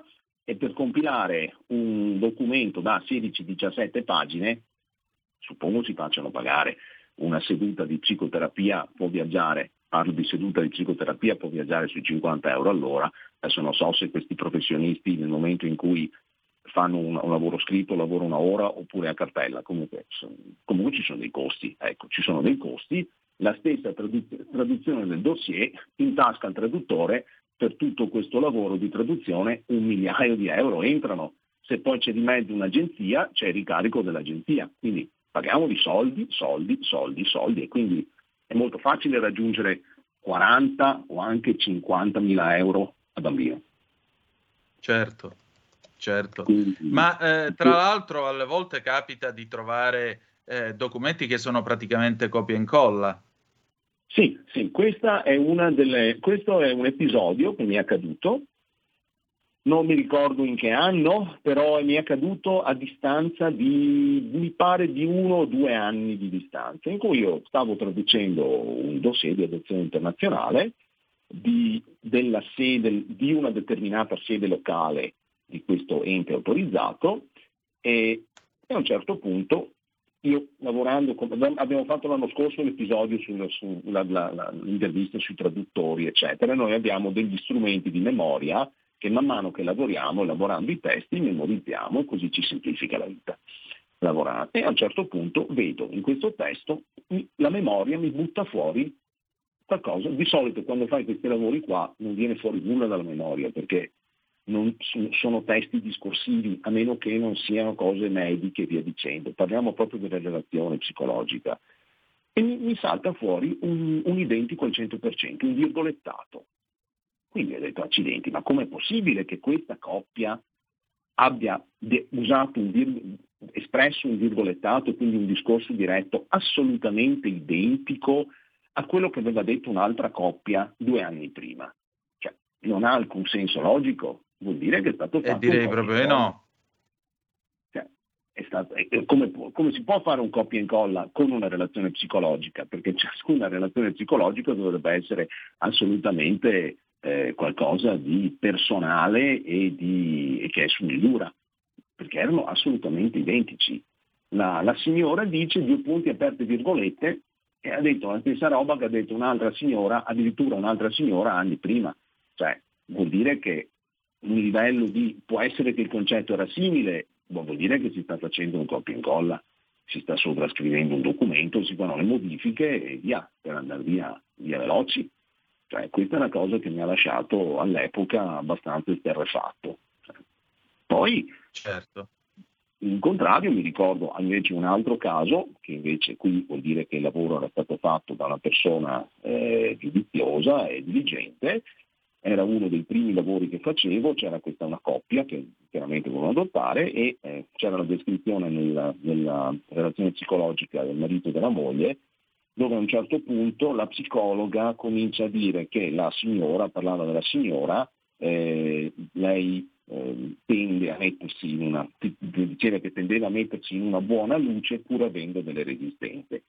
e per compilare un documento da sedici diciassette pagine, suppongo si facciano pagare. Una seduta di psicoterapia può viaggiare, parlo di seduta di psicoterapia, può viaggiare sui cinquanta euro all'ora. Adesso non so se questi professionisti nel momento in cui fanno un, un lavoro scritto, lavoro una ora oppure a cartella, comunque, comunque ci sono dei costi, ecco, ci sono dei costi, la stessa tradu- traduzione del dossier, in tasca al traduttore, per tutto questo lavoro di traduzione un migliaio di euro entrano, se poi c'è di mezzo un'agenzia c'è il ricarico dell'agenzia, quindi paghiamo di soldi, soldi, soldi, soldi e quindi è molto facile raggiungere quaranta o anche cinquanta mila euro a bambino. Certo. Certo, ma eh, tra l'altro alle volte capita di trovare eh, documenti che sono praticamente copia e incolla. Sì, sì, questa è una delle, questo è un episodio che mi è accaduto, non mi ricordo in che anno, però mi è accaduto a distanza di, mi pare, di uno o due anni di distanza, in cui io stavo traducendo un dossier di adozione internazionale di, della sede, di una determinata sede locale di questo ente autorizzato e, e a un certo punto io lavorando, con, abbiamo fatto l'anno scorso l'episodio sull'intervista sui traduttori eccetera, noi abbiamo degli strumenti di memoria che man mano che lavoriamo, lavorando i testi, memorizziamo, così ci semplifica la vita. Lavorare. E a un certo punto vedo in questo testo la memoria mi butta fuori qualcosa. Di solito quando fai questi lavori qua non viene fuori nulla dalla memoria perché non sono testi discorsivi, a meno che non siano cose mediche e via dicendo. Parliamo proprio della relazione psicologica. E mi, mi salta fuori un, un identico al cento per cento, un virgolettato. Quindi ho detto, accidenti, ma com'è possibile che questa coppia abbia de- usato un vir- espresso un virgolettato, quindi un discorso diretto assolutamente identico a quello che aveva detto un'altra coppia due anni prima? Cioè, non ha alcun senso logico. Vuol dire che è stato fatto. E direi proprio di no. Cioè, è stato, è, come, come si può fare un copia e incolla con una relazione psicologica? Perché ciascuna relazione psicologica dovrebbe essere assolutamente eh, qualcosa di personale e, di, e che è su misura, perché erano assolutamente identici. La, la signora dice due punti aperte virgolette e ha detto la stessa roba che ha detto un'altra signora, addirittura un'altra signora anni prima. Cioè, vuol dire che un livello di, può essere che il concetto era simile, ma vuol dire che si sta facendo un copia e incolla, si sta sovrascrivendo un documento, si fanno le modifiche e via, per andare via, via veloci. Cioè, questa è una cosa che mi ha lasciato all'epoca abbastanza esterrefatto. Poi, certo. in contrario, mi ricordo invece un altro caso, che invece qui vuol dire che il lavoro era stato fatto da una persona eh, giudiziosa e diligente. Era uno dei primi lavori che facevo, c'era questa una coppia che chiaramente volevano adottare e eh, c'era la descrizione nella, nella relazione psicologica del marito e della moglie, dove a un certo punto la psicologa comincia a dire che la signora, parlava della signora, eh, lei eh, tende a mettersi in una, diceva che tendeva a mettersi in una buona luce pur avendo delle resistenze.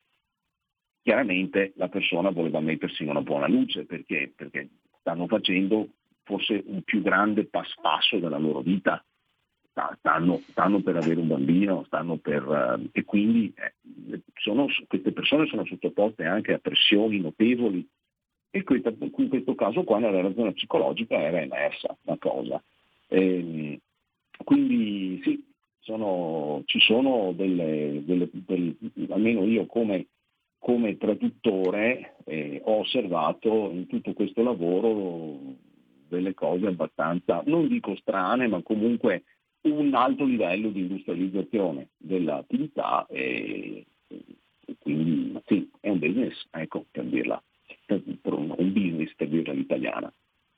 Chiaramente la persona voleva mettersi in una buona luce perché, perché stanno facendo forse un più grande pas- passo della loro vita, stanno, stanno per avere un bambino, stanno per, uh, e quindi eh, sono, queste persone sono sottoposte anche a pressioni notevoli e questa, in questo caso qua nella relazione psicologica era emersa una cosa. E, quindi sì, sono, ci sono delle, delle, delle, almeno io come come traduttore eh, ho osservato in tutto questo lavoro delle cose abbastanza, non dico strane, ma comunque un alto livello di industrializzazione dell'attività e, e quindi sì, è un business, ecco, per dirla, un business per dirla all'italiana.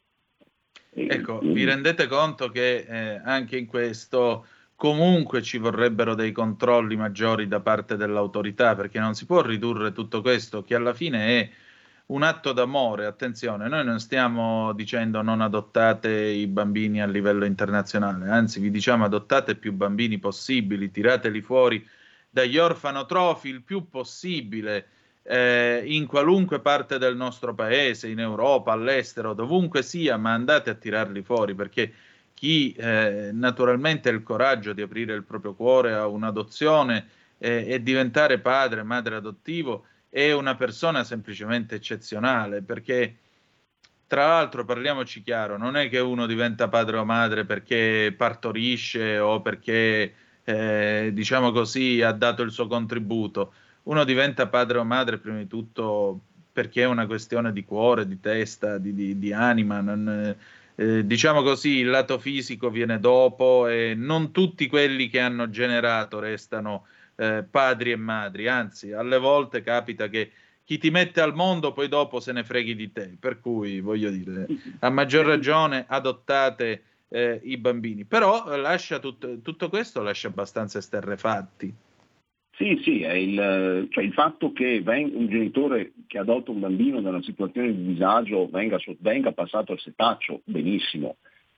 E, ecco, quindi... vi rendete conto che eh, anche in questo comunque ci vorrebbero dei controlli maggiori da parte dell'autorità, perché non si può ridurre tutto questo, che alla fine è un atto d'amore. Attenzione, noi non stiamo dicendo non adottate i bambini a livello internazionale, anzi vi diciamo adottate più bambini possibili, tirateli fuori dagli orfanotrofi il più possibile, eh, in qualunque parte del nostro paese, in Europa, all'estero, dovunque sia, ma andate a tirarli fuori, perché chi eh, naturalmente ha il coraggio di aprire il proprio cuore a un'adozione eh, e diventare padre, madre adottivo, è una persona semplicemente eccezionale, perché tra l'altro, parliamoci chiaro, non è che uno diventa padre o madre perché partorisce o perché, eh, diciamo così, ha dato il suo contributo. Uno diventa padre o madre prima di tutto perché è una questione di cuore, di testa, di, di, di anima. Non, eh, diciamo così, il lato fisico viene dopo e non tutti quelli che hanno generato restano eh, padri e madri. Anzi, alle volte capita che chi ti mette al mondo poi dopo se ne freghi di te, per cui voglio dire, a maggior ragione adottate eh, i bambini, però lascia tut- tutto questo lascia abbastanza esterrefatti. Sì, sì, è il, cioè il fatto che veng- un genitore che adotta un bambino da una situazione di disagio venga, so- venga passato al setaccio, benissimo,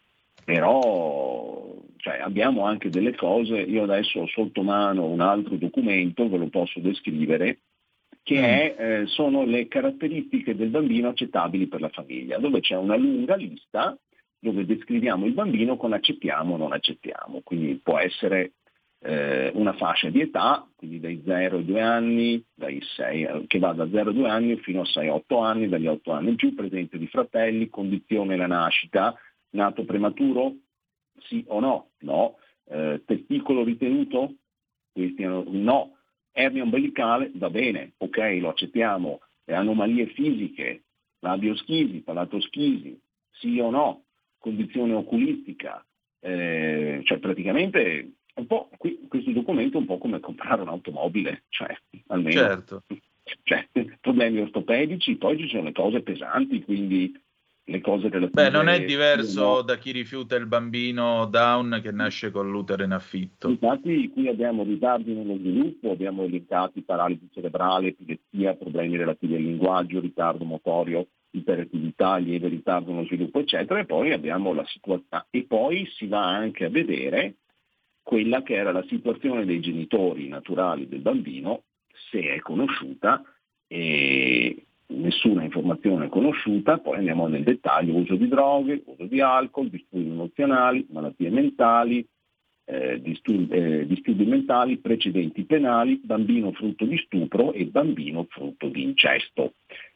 però cioè, abbiamo anche delle cose, io adesso ho sotto mano un altro documento, ve lo posso descrivere, che è, eh, sono le caratteristiche del bambino accettabili per la famiglia, dove c'è una lunga lista dove descriviamo il bambino con accettiamo o non accettiamo, quindi può essere eh, una fascia di età, quindi dai zero ai due anni, dai sei, che va da zero ai due anni fino a sei otto anni, dagli otto anni in giù, presenza di fratelli, condizione la nascita, nato prematuro, sì o no? No. Eh, testicolo ritenuto? Questi no. Ernia ombelicale, va bene, ok, lo accettiamo. Le anomalie fisiche, labioschisi, palatoschisi, sì o no? Condizione oculistica, eh, cioè praticamente un po' qui, questo documento è un po' come comprare un'automobile, cioè almeno certo. Cioè, problemi ortopedici, poi ci sono le cose pesanti, quindi le cose relative... Beh, non è diverso no. da chi rifiuta il bambino Down che nasce con l'utero in affitto. Infatti qui abbiamo ritardi nello sviluppo, abbiamo elencati paralisi cerebrale, epilessia, problemi relativi al linguaggio, ritardo motorio, iperattività, lieve ritardo nello sviluppo, eccetera, e poi abbiamo la situazione, e poi si va anche a vedere quella che era la situazione dei genitori naturali del bambino, se è conosciuta, e nessuna informazione conosciuta, poi andiamo nel dettaglio: uso di droghe, uso di alcol, disturbi emozionali, malattie mentali, eh, disturbi, eh, disturbi mentali, precedenti penali, bambino frutto di stupro e bambino frutto di incesto.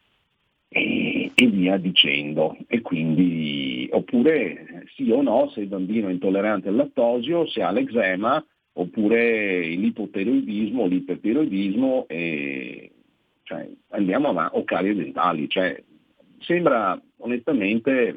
E, e via dicendo. E quindi, oppure sì o no, se il bambino è intollerante al lattosio, se ha l'eczema, oppure l'ipotiroidismo, l'ipertiroidismo, e cioè, andiamo avanti, o carie dentali, cioè sembra onestamente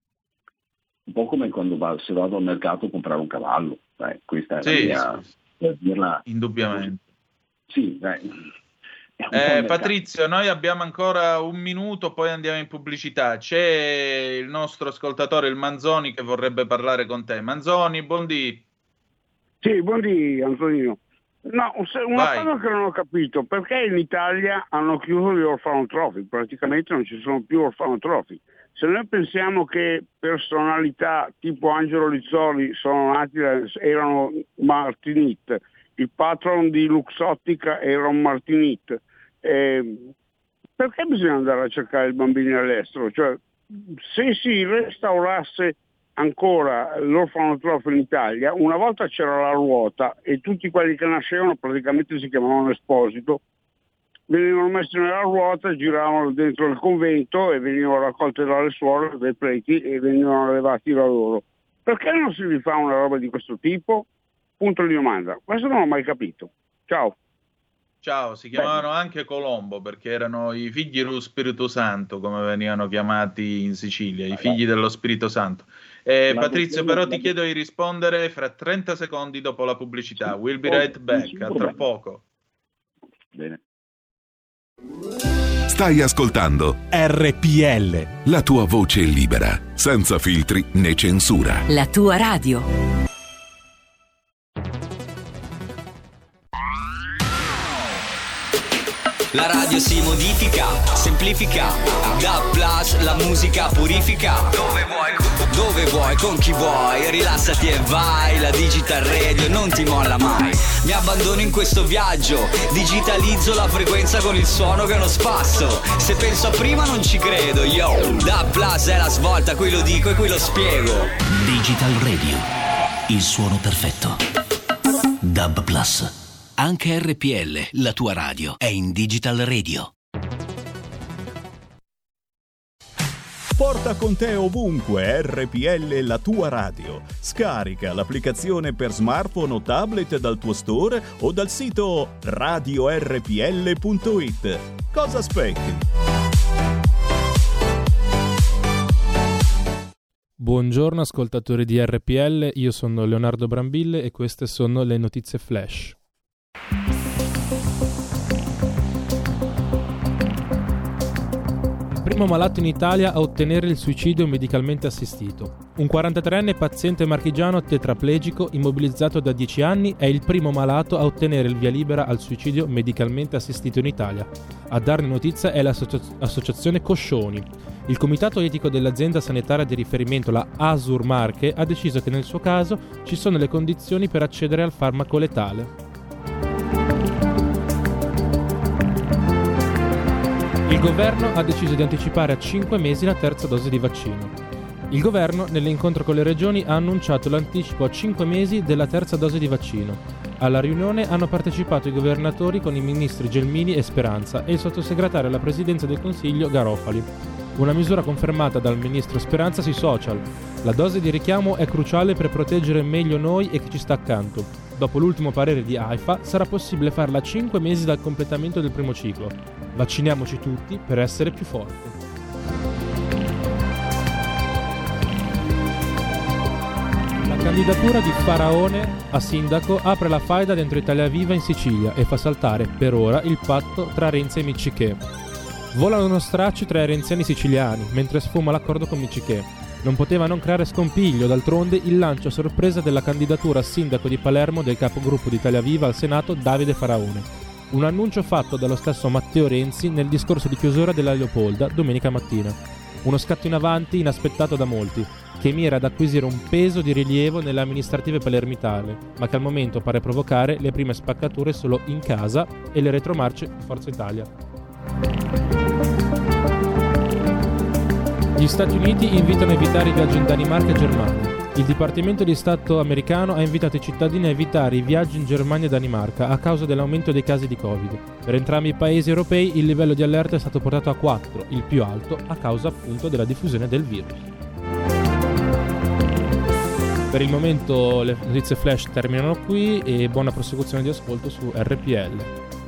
un po' come quando va, se vado al mercato a comprare un cavallo, eh, questa è sì, la mia, sì, per dirla, indubbiamente. Sì, dai. Eh, Patrizio, noi abbiamo ancora un minuto, poi andiamo in pubblicità. C'è il nostro ascoltatore, il Manzoni, che vorrebbe parlare con te. Manzoni, buondì. Sì, buondì Antonino. No, una Vai. cosa che non ho capito, perché in Italia hanno chiuso gli orfanotrofi, praticamente non ci sono più orfanotrofi. Se noi pensiamo che personalità tipo Angelo Lizzoli sono nati da, erano Martinit, il patron di Luxottica era un Martinit, eh, perché bisogna andare a cercare i bambini all'estero? Cioè, se si restaurasse ancora l'orfanotrofio in Italia, una volta c'era la ruota e tutti quelli che nascevano praticamente si chiamavano Esposito, venivano messi nella ruota, giravano dentro il convento e venivano raccolti dalle suore, dai preti, e venivano levati da loro. Perché non si rifà una roba di questo tipo? Punto di domanda. Questo non ho mai capito. Ciao. Ciao, si chiamavano Beh. anche Colombo perché erano i figli dello Spirito Santo, come venivano chiamati in Sicilia, i figli dello Spirito Santo. Eh, Patrizio, però ti chiedo di rispondere fra trenta secondi dopo la pubblicità. We'll be right back, a tra poco. Bene. Stai ascoltando R P L, la tua voce libera, senza filtri né censura. La tua radio. La radio si modifica, semplifica, da plus la musica purifica. Dove vuoi, dove vuoi, con chi vuoi, rilassati e vai. La Digital Radio non ti molla mai. Mi abbandono in questo viaggio, digitalizzo la frequenza con il suono che non spasso. Se penso a prima non ci credo, yo. Da plus è la svolta, qui lo dico e qui lo spiego. Digital Radio, il suono perfetto. Dub Plus. Anche R P L, la tua radio, è in Digital Radio. Porta con te ovunque R P L, la tua radio. Scarica l'applicazione per smartphone o tablet dal tuo store o dal sito radio R P L punto it. Cosa aspetti? Buongiorno ascoltatori di R P L, io sono Leonardo Brambille e queste sono le notizie flash. Il primo malato in Italia a ottenere il suicidio medicalmente assistito. Un quarantatreenne paziente marchigiano tetraplegico immobilizzato da dieci anni è il primo malato a ottenere il via libera al suicidio medicalmente assistito in Italia. A darne notizia è l'associazione Coscioni. Il comitato etico dell'azienda sanitaria di riferimento, la Asur Marche, ha deciso che nel suo caso ci sono le condizioni per accedere al farmaco letale. Il governo ha deciso di anticipare a cinque mesi la terza dose di vaccino. Il governo, nell'incontro con le regioni, ha annunciato l'anticipo a cinque mesi della terza dose di vaccino. Alla riunione hanno partecipato i governatori con i ministri Gelmini e Speranza e il sottosegretario alla Presidenza del Consiglio Garofali. Una misura confermata dal ministro Speranza sui social. La dose di richiamo è cruciale per proteggere meglio noi e chi ci sta accanto. Dopo l'ultimo parere di AIFA sarà possibile farla a cinque mesi dal completamento del primo ciclo. Vacciniamoci tutti per essere più forti. La candidatura di Faraone a sindaco apre la faida dentro Italia Viva in Sicilia e fa saltare, per ora, il patto tra Renzi e Miccichè. Volano uno straccio tra i renziani siciliani, mentre sfuma l'accordo con Miccichè. Non poteva non creare scompiglio, d'altronde, il lancio a sorpresa della candidatura a sindaco di Palermo del capogruppo di Italia Viva al Senato Davide Faraone. Un annuncio fatto dallo stesso Matteo Renzi nel discorso di chiusura della Leopolda domenica mattina. Uno scatto in avanti inaspettato da molti, che mira ad acquisire un peso di rilievo nelle amministrative palermitane, ma che al momento pare provocare le prime spaccature solo in casa e le retromarce di Forza Italia. Gli Stati Uniti invitano a evitare i viaggi in Danimarca e Germania. Il Dipartimento di Stato americano ha invitato i cittadini a evitare i viaggi in Germania e Danimarca a causa dell'aumento dei casi di Covid. Per entrambi i paesi europei il livello di allerta è stato portato a quattro, il più alto a causa appunto della diffusione del virus. Per il momento le notizie flash terminano qui e buona prosecuzione di ascolto su R P L.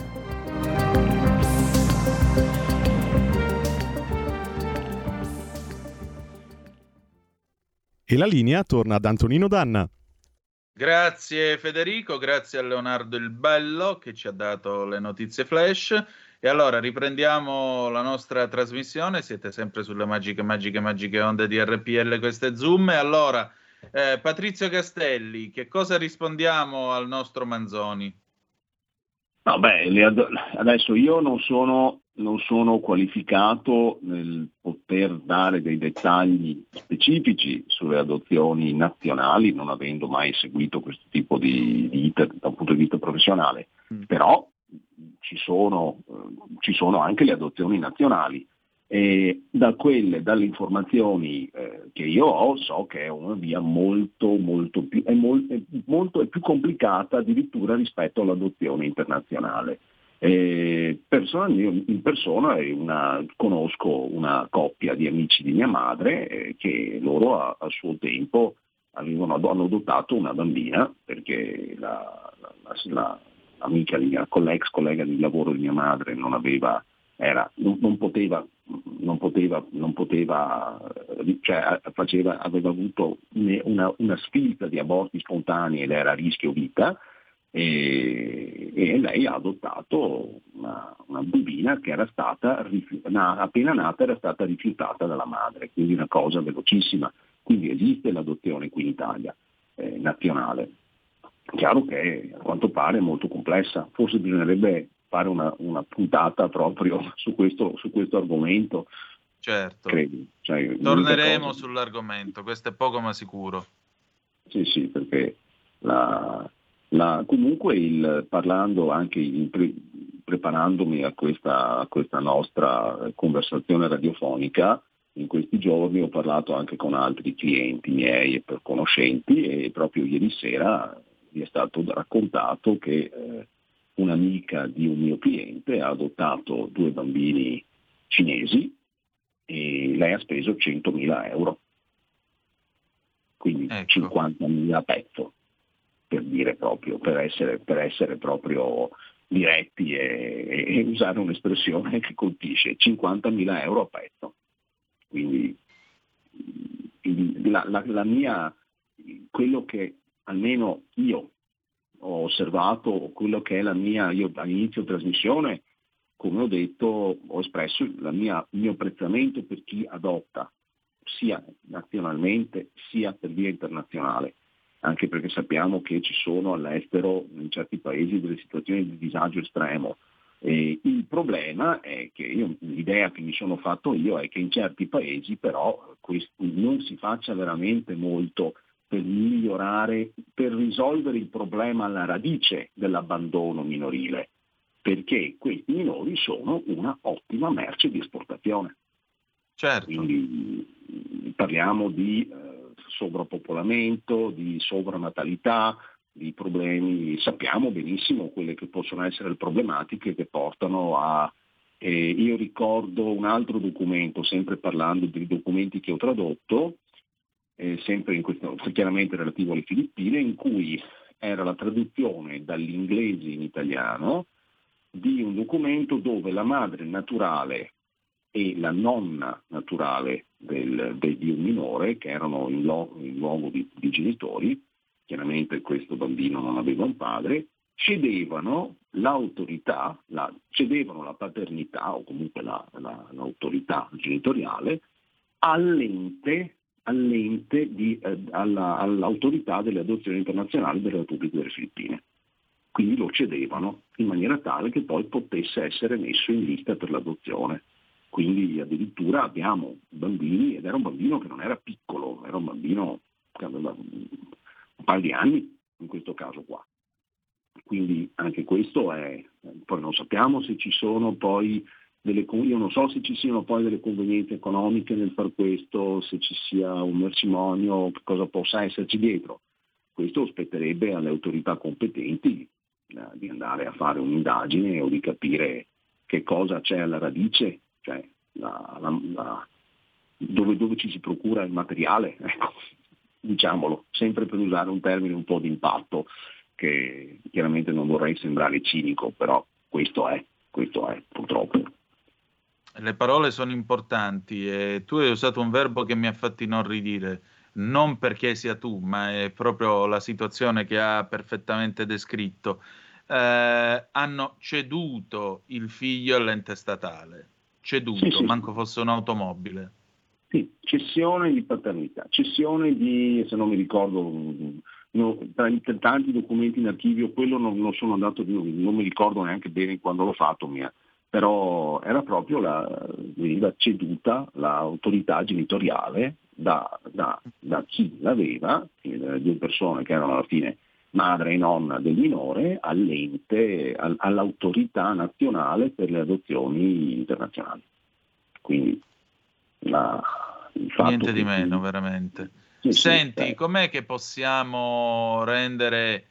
E la linea torna ad Antonino Danna. Grazie Federico, grazie a Leonardo il Bello che ci ha dato le notizie flash. E allora riprendiamo la nostra trasmissione, siete sempre sulle magiche, magiche, magiche onde di R P L, questo è Zoom. E allora, eh, Patrizio Castelli, che cosa rispondiamo al nostro Manzoni? No, beh, adesso io non sono, non sono qualificato nel poter dare dei dettagli specifici sulle adozioni nazionali, non avendo mai seguito questo tipo di, di iter da un punto di vista professionale, mm. però ci sono, ci sono anche le adozioni nazionali e da quelle, dalle informazioni eh, che io ho, so che è una via molto molto più, è molto, è molto è più complicata addirittura rispetto all'adozione internazionale. Eh, personalmente in persona una, conosco una coppia di amici di mia madre eh, che loro a, a suo tempo avevano, hanno adottato una bambina perché la, la, la, la amica di mia, con l'ex collega di lavoro di mia madre non aveva, era, non, non poteva, non poteva, non poteva, cioè faceva, aveva avuto una, una sfilza di aborti spontanei ed era a rischio vita e, e lei ha adottato una, una bambina che era stata, appena nata era stata rifiutata dalla madre, quindi una cosa velocissima. Quindi esiste l'adozione qui in Italia, eh, nazionale. Chiaro che a quanto pare è molto complessa, forse bisognerebbe fare una, una puntata proprio su questo, su questo argomento. Certo, credo. Cioè, torneremo cosa... sull'argomento, questo è poco ma sicuro. Sì, sì, perché la, la, comunque il, parlando anche, in pre, preparandomi a questa, a questa nostra conversazione radiofonica, in questi giorni ho parlato anche con altri clienti miei e per conoscenti, e proprio ieri sera mi è stato raccontato che eh, un'amica di un mio cliente ha adottato due bambini cinesi e lei ha speso centomila euro, quindi ecco. cinquantamila a pezzo, per dire proprio, per essere, per essere proprio diretti e, e usare un'espressione che colpisce, cinquantamila euro a pezzo. Quindi la, la, la mia, quello che almeno io ho osservato, quello che è la mia, io all'inizio trasmissione, come ho detto, ho espresso la mia, il mio apprezzamento per chi adotta, sia nazionalmente sia per via internazionale, anche perché sappiamo che ci sono all'estero, in certi paesi, delle situazioni di disagio estremo. E il problema è che io, l'idea che mi sono fatto io è che in certi paesi però questo, non si faccia veramente molto per migliorare, per risolvere il problema alla radice dell'abbandono minorile, perché questi minori sono una ottima merce di esportazione. Certo. Quindi parliamo di eh, sovrappopolamento, di sovranatalità, di problemi, sappiamo benissimo quelle che possono essere le problematiche che portano a... Eh, io ricordo un altro documento, sempre parlando dei documenti che ho tradotto, eh, sempre in questo, chiaramente relativo alle Filippine, in cui era la traduzione dall'inglese in italiano di un documento dove la madre naturale e la nonna naturale del, del, di un minore, che erano in, lo, in luogo di, di genitori, chiaramente questo bambino non aveva un padre, cedevano l'autorità, la, cedevano la paternità o comunque la, la, l'autorità genitoriale all'ente, all'ente di, eh, alla, all'autorità delle adozioni internazionali della Repubblica delle Filippine. Quindi lo cedevano in maniera tale che poi potesse essere messo in lista per l'adozione. Quindi addirittura abbiamo bambini, ed era un bambino che non era piccolo, era un bambino che aveva un paio di anni in questo caso qua. Quindi anche questo è, poi non sappiamo se ci sono poi delle, io non so se ci siano poi delle convenienze economiche nel far questo, se ci sia un mercimonio, che cosa possa esserci dietro. Questo spetterebbe alle autorità competenti eh, di andare a fare un'indagine o di capire che cosa c'è alla radice, cioè la, la, la, dove, dove ci si procura il materiale, ecco, diciamolo, sempre per usare un termine un po' di impatto, che chiaramente non vorrei sembrare cinico, però questo è, questo è purtroppo. Le parole sono importanti e tu hai usato un verbo che mi ha fatto inorridire, non perché sia tu, ma è proprio la situazione che ha perfettamente descritto. Eh, hanno ceduto il figlio all'ente statale, ceduto, sì, sì, manco fosse un'automobile. Sì, cessione di paternità, cessione di, se non mi ricordo, no, tra i tanti documenti in archivio, quello non, non sono andato, non mi ricordo neanche bene quando l'ho fatto, mia, però era proprio la, veniva ceduta l'autorità genitoriale da, da, da chi l'aveva, le due persone che erano alla fine madre e nonna del minore, all'ente, all'autorità nazionale per le adozioni internazionali. Quindi la, il fatto niente di che, meno, veramente. Sì, Senti, sì, com'è che possiamo rendere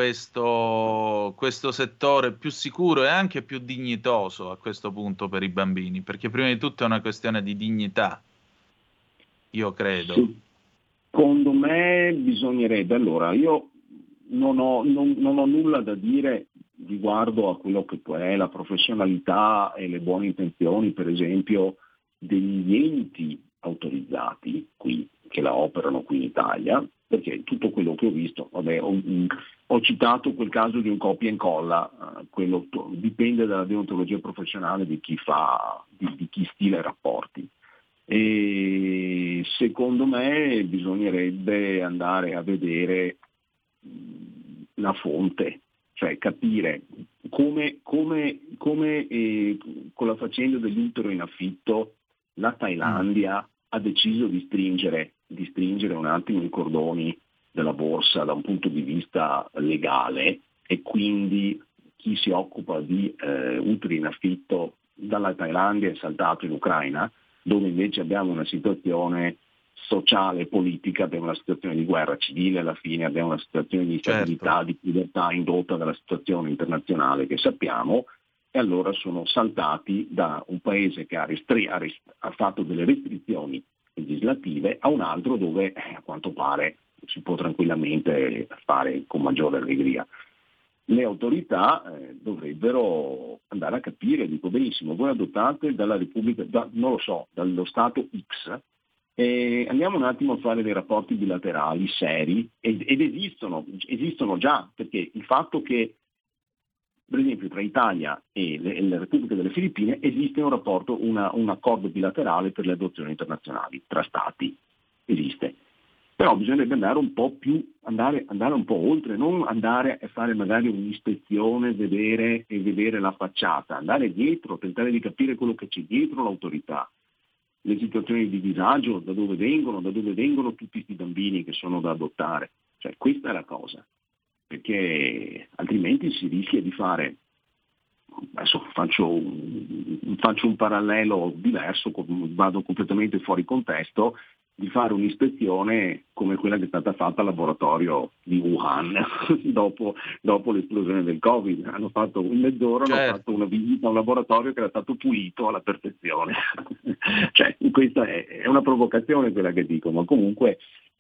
questo, questo settore più sicuro e anche più dignitoso a questo punto per i bambini? Perché prima di tutto è una questione di dignità, io credo. Sì. Secondo me bisognerebbe, allora, io non ho, non, non ho nulla da dire riguardo a quello che è la professionalità e le buone intenzioni, per esempio, degli enti autorizzati qui, che la operano qui in Italia, perché tutto quello che ho visto, vabbè, ho, ho citato quel caso di un copia e incolla, eh, quello dipende dalla deontologia professionale di chi fa, di, di chi stila i rapporti. E secondo me bisognerebbe andare a vedere la fonte, cioè capire come, come, come eh, con la faccenda dell'utero in affitto la Thailandia ha deciso di stringere, di stringere un attimo i cordoni della borsa da un punto di vista legale, e quindi chi si occupa di eh, uteri in affitto dalla Thailandia è saltato in Ucraina, dove invece abbiamo una situazione sociale e politica, abbiamo una situazione di guerra civile, alla fine abbiamo una situazione di instabilità, certo, di povertà indotta dalla situazione internazionale che sappiamo, e allora sono saltati da un paese che ha, restri- ha, rest- ha fatto delle restrizioni legislative a un altro dove eh, a quanto pare si può tranquillamente fare con maggiore allegria. Le autorità eh, dovrebbero andare a capire, dico benissimo, voi adottate dalla Repubblica, da, non lo so, dallo Stato X, e andiamo un attimo a fare dei rapporti bilaterali seri, ed, ed esistono, esistono già, perché il fatto che, per esempio, tra Italia e, le, e la Repubblica delle Filippine esiste un rapporto, una, un accordo bilaterale per le adozioni internazionali tra stati, esiste. Però bisognerebbe andare un po' più, andare, andare un po' oltre, non andare a fare magari un'ispezione, vedere e vedere la facciata, andare dietro, tentare di capire quello che c'è dietro l'autorità, le situazioni di disagio, da dove vengono, da dove vengono tutti questi bambini che sono da adottare. Cioè questa è la cosa, perché altrimenti si rischia di fare, adesso faccio un, faccio un parallelo diverso, vado completamente fuori contesto, di fare un'ispezione come quella che è stata fatta al laboratorio di Wuhan dopo, dopo l'esplosione del Covid. Hanno fatto in mezz'ora, certo, hanno fatto una visita a un laboratorio che era stato pulito alla perfezione. Cioè, questa è, è una provocazione quella che dico, ma comunque,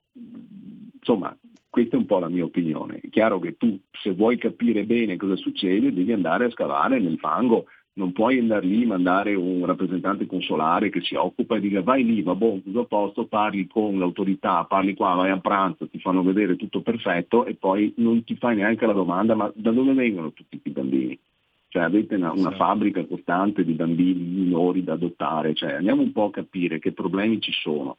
insomma, questa è un po' la mia opinione. È chiaro che tu, se vuoi capire bene cosa succede, devi andare a scavare nel fango. Non puoi andare lì, mandare un rappresentante consolare che si occupa e dica vai lì, va buono, tutto a posto, parli con l'autorità, parli qua, vai a pranzo, ti fanno vedere tutto perfetto e poi non ti fai neanche la domanda ma da dove vengono tutti questi bambini? Cioè avete una, una fabbrica costante di bambini minori da adottare, cioè andiamo un po' a capire che problemi ci sono.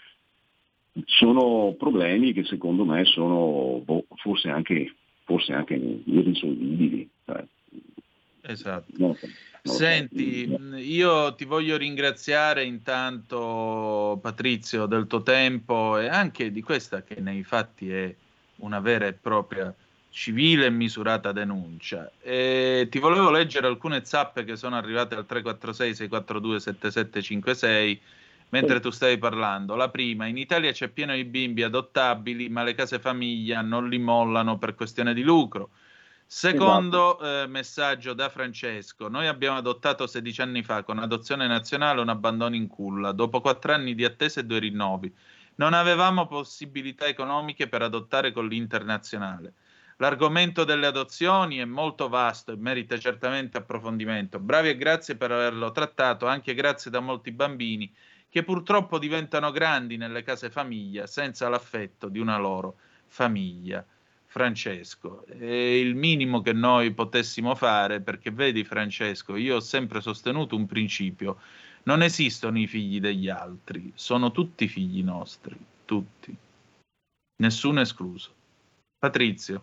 Sono problemi che secondo me sono boh, forse anche forse anche irrisolvibili. Cioè. Esatto. No, no, Senti, io ti voglio ringraziare intanto, Patrizio, del tuo tempo e anche di questa che nei fatti è una vera e propria civile e misurata denuncia. E ti volevo leggere alcune zappe che sono arrivate al tre quattro sei sei quattro due sette sette cinque sei mentre tu stavi parlando. La prima: in Italia c'è pieno di bimbi adottabili, ma le case famiglia non li mollano per questione di lucro. Secondo eh, messaggio da Francesco: noi abbiamo adottato sedici anni fa con adozione nazionale un abbandono in culla, dopo quattro anni di attesa e due rinnovi. Non avevamo possibilità economiche per adottare con l'internazionale. L'argomento delle adozioni è molto vasto e merita certamente approfondimento. Bravi e grazie per averlo trattato, anche grazie da molti bambini che purtroppo diventano grandi nelle case famiglia senza l'affetto di una loro famiglia. Francesco, è il minimo che noi potessimo fare, perché vedi Francesco, io ho sempre sostenuto un principio: non esistono i figli degli altri, sono tutti figli nostri, tutti, nessuno escluso. Patrizio.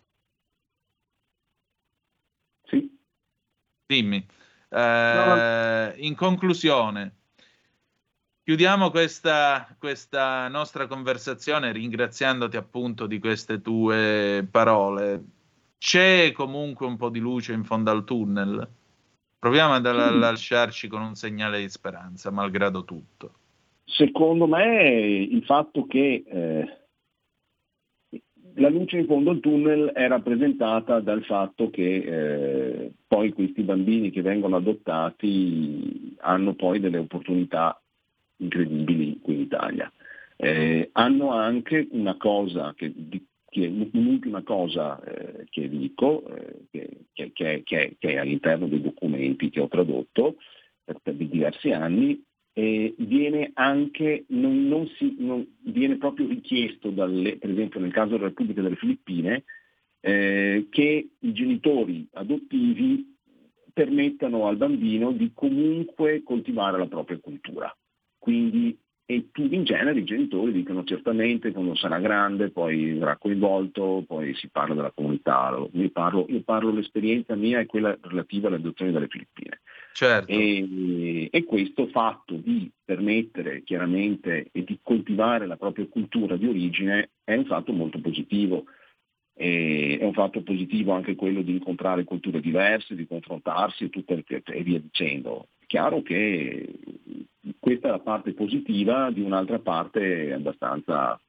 Sì. Dimmi. Eh, in conclusione, chiudiamo questa, questa nostra conversazione ringraziandoti appunto di queste tue parole. C'è comunque un po' di luce in fondo al tunnel? Proviamo ad sì. lasciarci con un segnale di speranza, malgrado tutto. Secondo me il fatto che eh, la luce in fondo al tunnel è rappresentata dal fatto che eh, poi questi bambini che vengono adottati hanno poi delle opportunità incredibili qui in Italia. Eh, hanno anche una cosa che, che un'ultima cosa eh, che dico eh, che, che, che, che, che è all'interno dei documenti che ho tradotto per, per diversi anni, e viene anche non, non si, non, viene proprio richiesto dalle, per esempio nel caso della Repubblica delle Filippine eh, che i genitori adottivi permettano al bambino di comunque coltivare la propria cultura. Quindi e tu, in genere i genitori dicono certamente quando sarà grande, poi sarà coinvolto, poi si parla della comunità. Io parlo, io parlo l'esperienza mia è quella relativa alle adozioni dalle Filippine. Certo. E, e questo fatto di permettere chiaramente e di coltivare la propria cultura di origine è un fatto molto positivo. E è un fatto positivo anche quello di incontrare culture diverse, di confrontarsi e, tutte, e via dicendo. È chiaro che questa è la parte positiva, di un'altra parte abbastanza,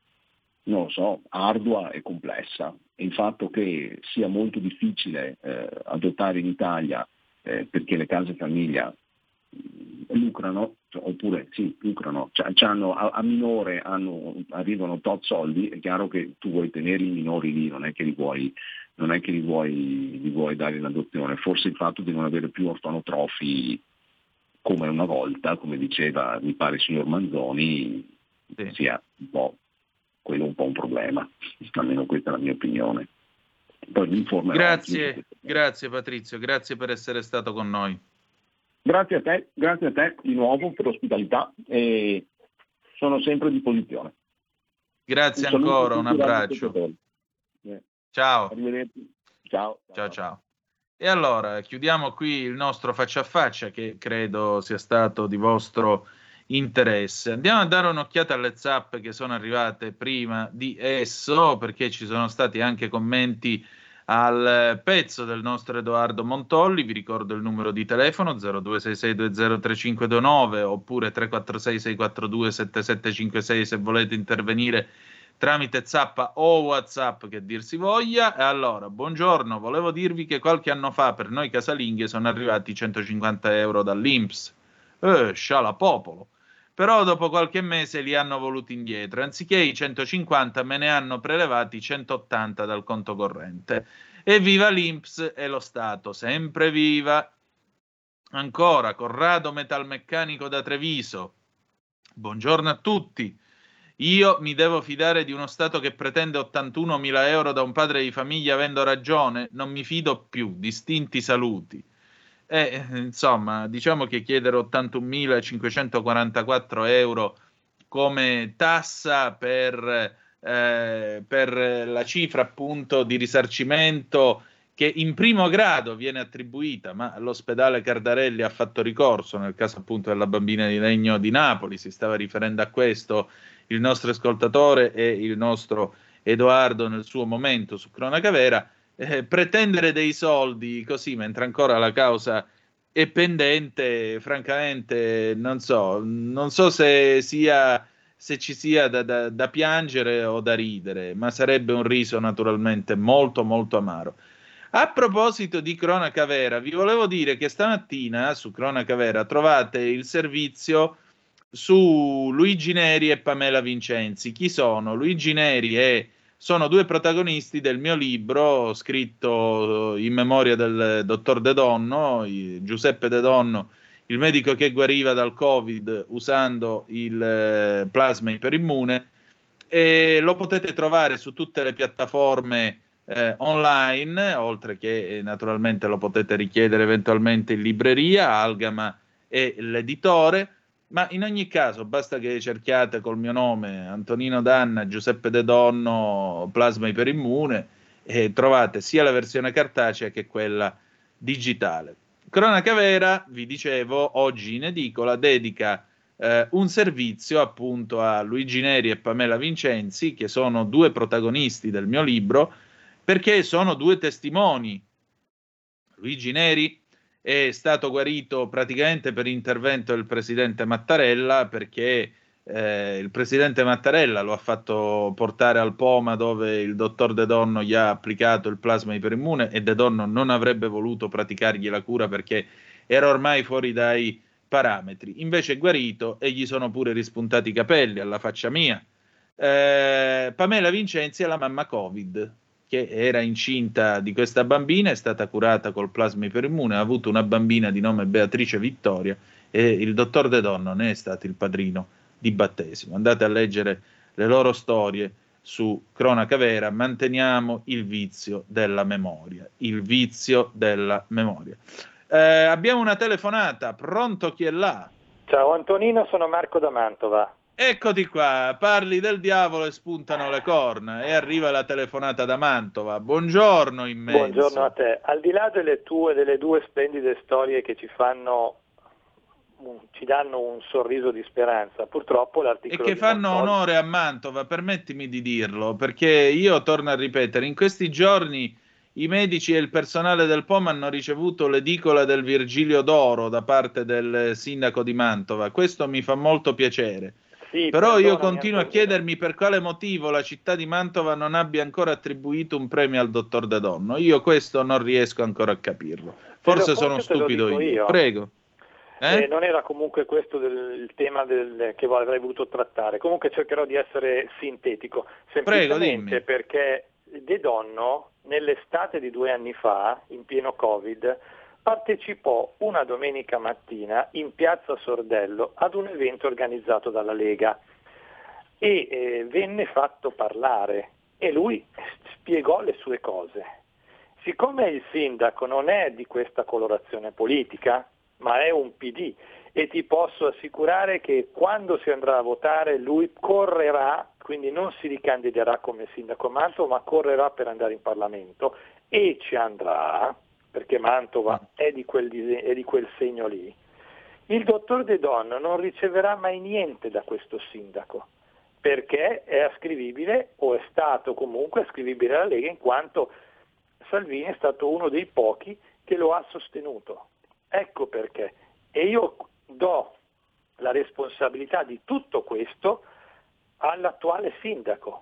non lo so, ardua e complessa. E il fatto che sia molto difficile eh, adottare in Italia eh, perché le case famiglia eh, lucrano, cioè, oppure sì, lucrano, cioè, hanno, a, a minore hanno, arrivano tot soldi, è chiaro che tu vuoi tenere i minori lì, non è che li vuoi, non è che li vuoi, li vuoi dare in adozione. Forse il fatto di non avere più orfanotrofi come una volta, come diceva mi pare il signor Manzoni, sì, sia un po' quello un po' un problema, almeno questa è la mia opinione. Poi mi informerò. Grazie, grazie Patrizio, grazie per essere stato con noi. Grazie a te, grazie a te di nuovo per l'ospitalità e sono sempre a disposizione. Grazie un ancora, un abbraccio. Eh. Ciao. Arrivederci. Ciao. Ciao ciao. E allora chiudiamo qui il nostro faccia a faccia, che credo sia stato di vostro interesse. Andiamo a dare un'occhiata alle zap che sono arrivate prima di esso, perché ci sono stati anche commenti al pezzo del nostro Edoardo Montolli. Vi ricordo il numero di telefono zero due sei sei due zero tre cinque due nove oppure tre quattro sei sei quattro due sette sette cinque sei se volete intervenire tramite Zappa o WhatsApp, che dir si voglia. E allora, buongiorno, volevo dirvi che qualche anno fa per noi casalinghe sono arrivati centocinquanta euro dall'I N P S. Eh, scialapopolo. Però dopo qualche mese li hanno voluti indietro. Anziché i centocinquanta me ne hanno prelevati centottanta dal conto corrente. E viva l'I N P S e lo Stato, sempre viva. Ancora, Corrado Metalmeccanico da Treviso. Buongiorno a tutti. Io mi devo fidare di uno Stato che pretende ottantunomila euro da un padre di famiglia avendo ragione? Non mi fido più. Distinti saluti. Eh, insomma, diciamo che chiedere ottantunomilacinquecentoquarantaquattro euro come tassa per, eh, per la cifra appunto di risarcimento che in primo grado viene attribuita, ma l'ospedale Cardarelli ha fatto ricorso nel caso appunto della bambina di legno di Napoli, si stava riferendo a questo il nostro ascoltatore e il nostro Edoardo nel suo momento su Cronaca Vera. Eh, pretendere dei soldi così mentre ancora la causa è pendente, francamente non so, non so se sia se ci sia da, da, da piangere o da ridere, ma sarebbe un riso naturalmente molto molto amaro. A proposito di Cronaca Vera, vi volevo dire che stamattina su Cronaca Vera trovate il servizio su Luigi Neri e Pamela Vincenzi. Chi sono? Luigi Neri e sono due protagonisti del mio libro scritto in memoria del dottor De Donno, Giuseppe De Donno, il medico che guariva dal Covid usando il plasma iperimmune, e lo potete trovare su tutte le piattaforme eh, online, oltre che eh, naturalmente lo potete richiedere eventualmente in libreria. Algama è l'editore. Ma in ogni caso basta che cerchiate col mio nome Antonino Danna, Giuseppe De Donno, plasma iperimmune, e trovate sia la versione cartacea che quella digitale. Cronaca Vera, vi dicevo, oggi in edicola dedica eh, un servizio appunto a Luigi Neri e Pamela Vincenzi, che sono due protagonisti del mio libro, perché sono due testimoni. Luigi Neri è stato guarito praticamente per intervento del presidente Mattarella, perché eh, il presidente Mattarella lo ha fatto portare al Poma, dove il dottor De Donno gli ha applicato il plasma iperimmune e De Donno non avrebbe voluto praticargli la cura perché era ormai fuori dai parametri. Invece è guarito e gli sono pure rispuntati i capelli alla faccia mia. Eh, Pamela Vincenzi è la mamma Covid, che era incinta di questa bambina, è stata curata col plasma iperimmune, ha avuto una bambina di nome Beatrice Vittoria e il dottor De Donno ne è stato il padrino di battesimo. Andate a leggere le loro storie su Cronaca Vera. Manteniamo il vizio della memoria, il vizio della memoria. Eh, abbiamo una telefonata, pronto, chi è là? Ciao Antonino, sono Marco da Mantova. Eccoti qua, parli del diavolo e spuntano le corna e arriva la telefonata da Mantova. Buongiorno immenso. Buongiorno a te. Al di là delle tue, delle due splendide storie che ci fanno, ci danno un sorriso di speranza, purtroppo l'articolo... E che fanno Montoli... onore a Mantova, permettimi di dirlo, perché io torno a ripetere, in questi giorni i medici e il personale del P O M hanno ricevuto l'edicola del Virgilio d'Oro da parte del sindaco di Mantova. Questo mi fa molto piacere. Sì, però io continuo Antonino. a chiedermi per quale motivo la città di Mantova non abbia ancora attribuito un premio al dottor De Donno. Io questo non riesco ancora a capirlo. Forse sono stupido io. io. Prego. Eh? Eh, non era comunque questo del, il tema del, che avrei voluto trattare. Comunque cercherò di essere sintetico. Semplicemente Prego, perché De Donno nell'estate di due anni fa, in pieno Covid, partecipò una domenica mattina in piazza Sordello ad un evento organizzato dalla Lega e eh, venne fatto parlare e lui spiegò le sue cose. Siccome il sindaco non è di questa colorazione politica, ma è un P D, e ti posso assicurare che quando si andrà a votare lui correrà, quindi non si ricandiderà come sindaco a Mantova, ma correrà per andare in Parlamento e ci andrà, perché Mantova è di quel, dise- è di quel segno lì. Il dottor De Donno non riceverà mai niente da questo sindaco, perché è ascrivibile, o è stato comunque ascrivibile alla Lega, in quanto Salvini è stato uno dei pochi che lo ha sostenuto. Ecco perché. E io do la responsabilità di tutto questo all'attuale sindaco,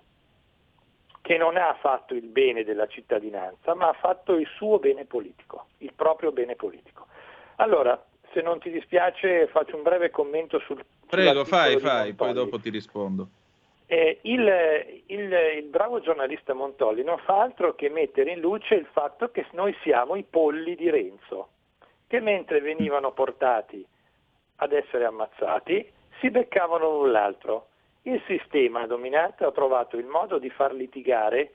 che non ha fatto il bene della cittadinanza, ma ha fatto il suo bene politico, il proprio bene politico. Allora, se non ti dispiace, faccio un breve commento sul... Prego, fai, fai, poi dopo ti rispondo. Eh, il, il, il bravo giornalista Montoli non fa altro che mettere in luce il fatto che noi siamo i polli di Renzo, che mentre venivano portati ad essere ammazzati, si beccavano l'un l'altro. Il sistema dominante ha trovato il modo di far litigare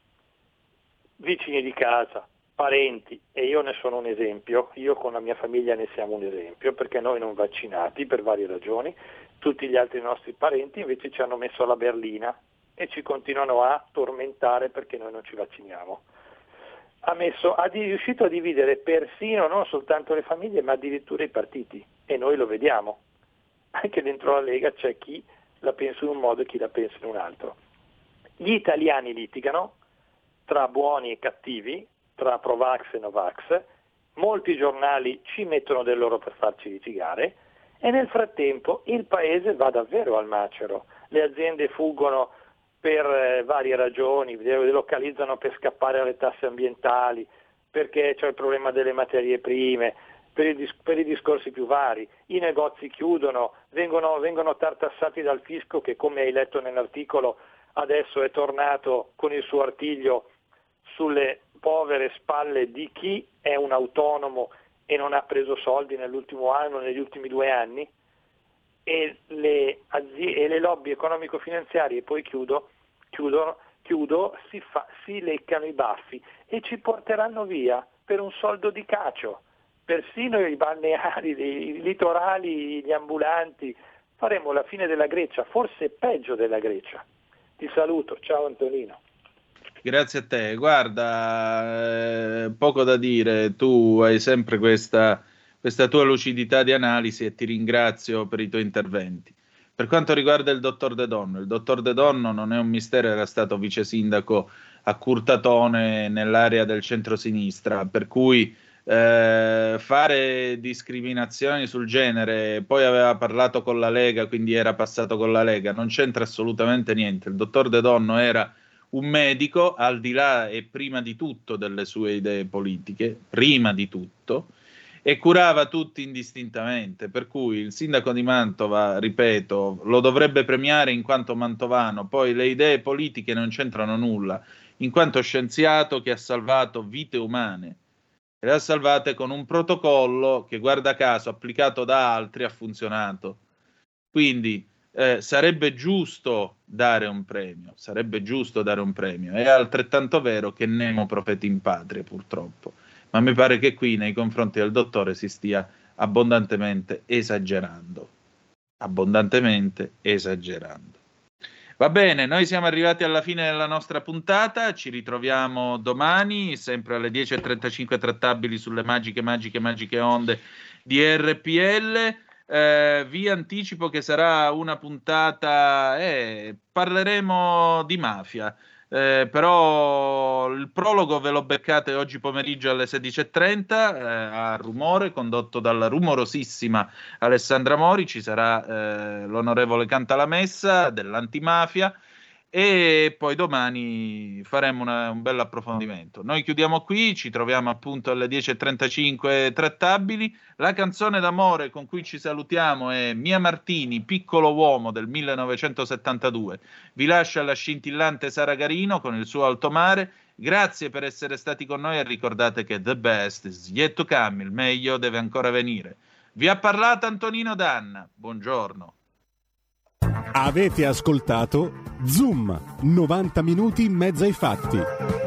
vicini di casa, parenti, e io ne sono un esempio, io con la mia famiglia ne siamo un esempio, perché noi non vaccinati per varie ragioni, tutti gli altri nostri parenti invece ci hanno messo la berlina e ci continuano a tormentare perché noi non ci vacciniamo. Ha, messo, ha di, riuscito a dividere persino non soltanto le famiglie, ma addirittura i partiti, e noi lo vediamo. Anche dentro la Lega c'è chi la pensa in un modo e chi la pensa in un altro. Gli italiani litigano tra buoni e cattivi, tra Provax e Novax, molti giornali ci mettono del loro per farci litigare e nel frattempo il paese va davvero al macero. Le aziende fuggono per eh, varie ragioni, delocalizzano per scappare alle tasse ambientali, perché c'è il problema delle materie prime, per i, dis- per i discorsi più vari. I negozi chiudono, vengono, vengono tartassati dal fisco che, come hai letto nell'articolo, adesso è tornato con il suo artiglio sulle povere spalle di chi è un autonomo e non ha preso soldi nell'ultimo anno, negli ultimi due anni, e le, azie- e le lobby economico-finanziarie, poi chiudo, chiudo, chiudo si, fa- si leccano i baffi e ci porteranno via per un soldo di cacio. Persino i balneari, i litorali, gli ambulanti, faremo la fine della Grecia, forse peggio della Grecia. Ti saluto, ciao Antonino. Grazie a te. Guarda, eh, poco da dire, tu hai sempre questa, questa tua lucidità di analisi e ti ringrazio per i tuoi interventi. Per quanto riguarda il dottor De Donno, il dottor De Donno non è un mistero, era stato vice sindaco a Curtatone nell'area del centro-sinistra, per cui eh, fare discriminazioni sul genere, poi aveva parlato con la Lega, quindi era passato con la Lega, non c'entra assolutamente niente. Il dottor De Donno era un medico, al di là e prima di tutto delle sue idee politiche, prima di tutto, e curava tutti indistintamente, per cui il sindaco di Mantova, ripeto, lo dovrebbe premiare in quanto mantovano, poi le idee politiche non c'entrano nulla, in quanto scienziato che ha salvato vite umane, e le ha salvate con un protocollo che, guarda caso, applicato da altri ha funzionato. Quindi Eh, sarebbe giusto dare un premio, sarebbe giusto dare un premio. È altrettanto vero che nemo profeti in patria, purtroppo. Ma mi pare che qui, nei confronti del dottore, si stia abbondantemente esagerando. abbondantemente esagerando. Va bene, noi siamo arrivati alla fine della nostra puntata, ci ritroviamo domani, sempre alle dieci e trentacinque trattabili sulle magiche, magiche, magiche onde di R P L. Eh, vi anticipo che sarà una puntata, eh, parleremo di mafia, eh, però il prologo ve lo beccate oggi pomeriggio alle sedici e trenta eh, a Rumore, condotto dalla rumorosissima Alessandra Mori. Ci sarà eh, l'onorevole Cantalamessa dell'antimafia e poi domani faremo una, un bel approfondimento. Noi chiudiamo qui, ci troviamo appunto alle dieci e trentacinque trattabili. La canzone d'amore con cui ci salutiamo è Mia Martini, Piccolo uomo del millenovecentosettantadue. Vi lascia la scintillante Sara Garino con il suo Alto Mare. Grazie per essere stati con noi e ricordate che the best is yet to come, il meglio deve ancora venire. Vi ha parlato Antonino Danna, buongiorno. Avete ascoltato Zoom, novanta minuti in mezzo ai fatti.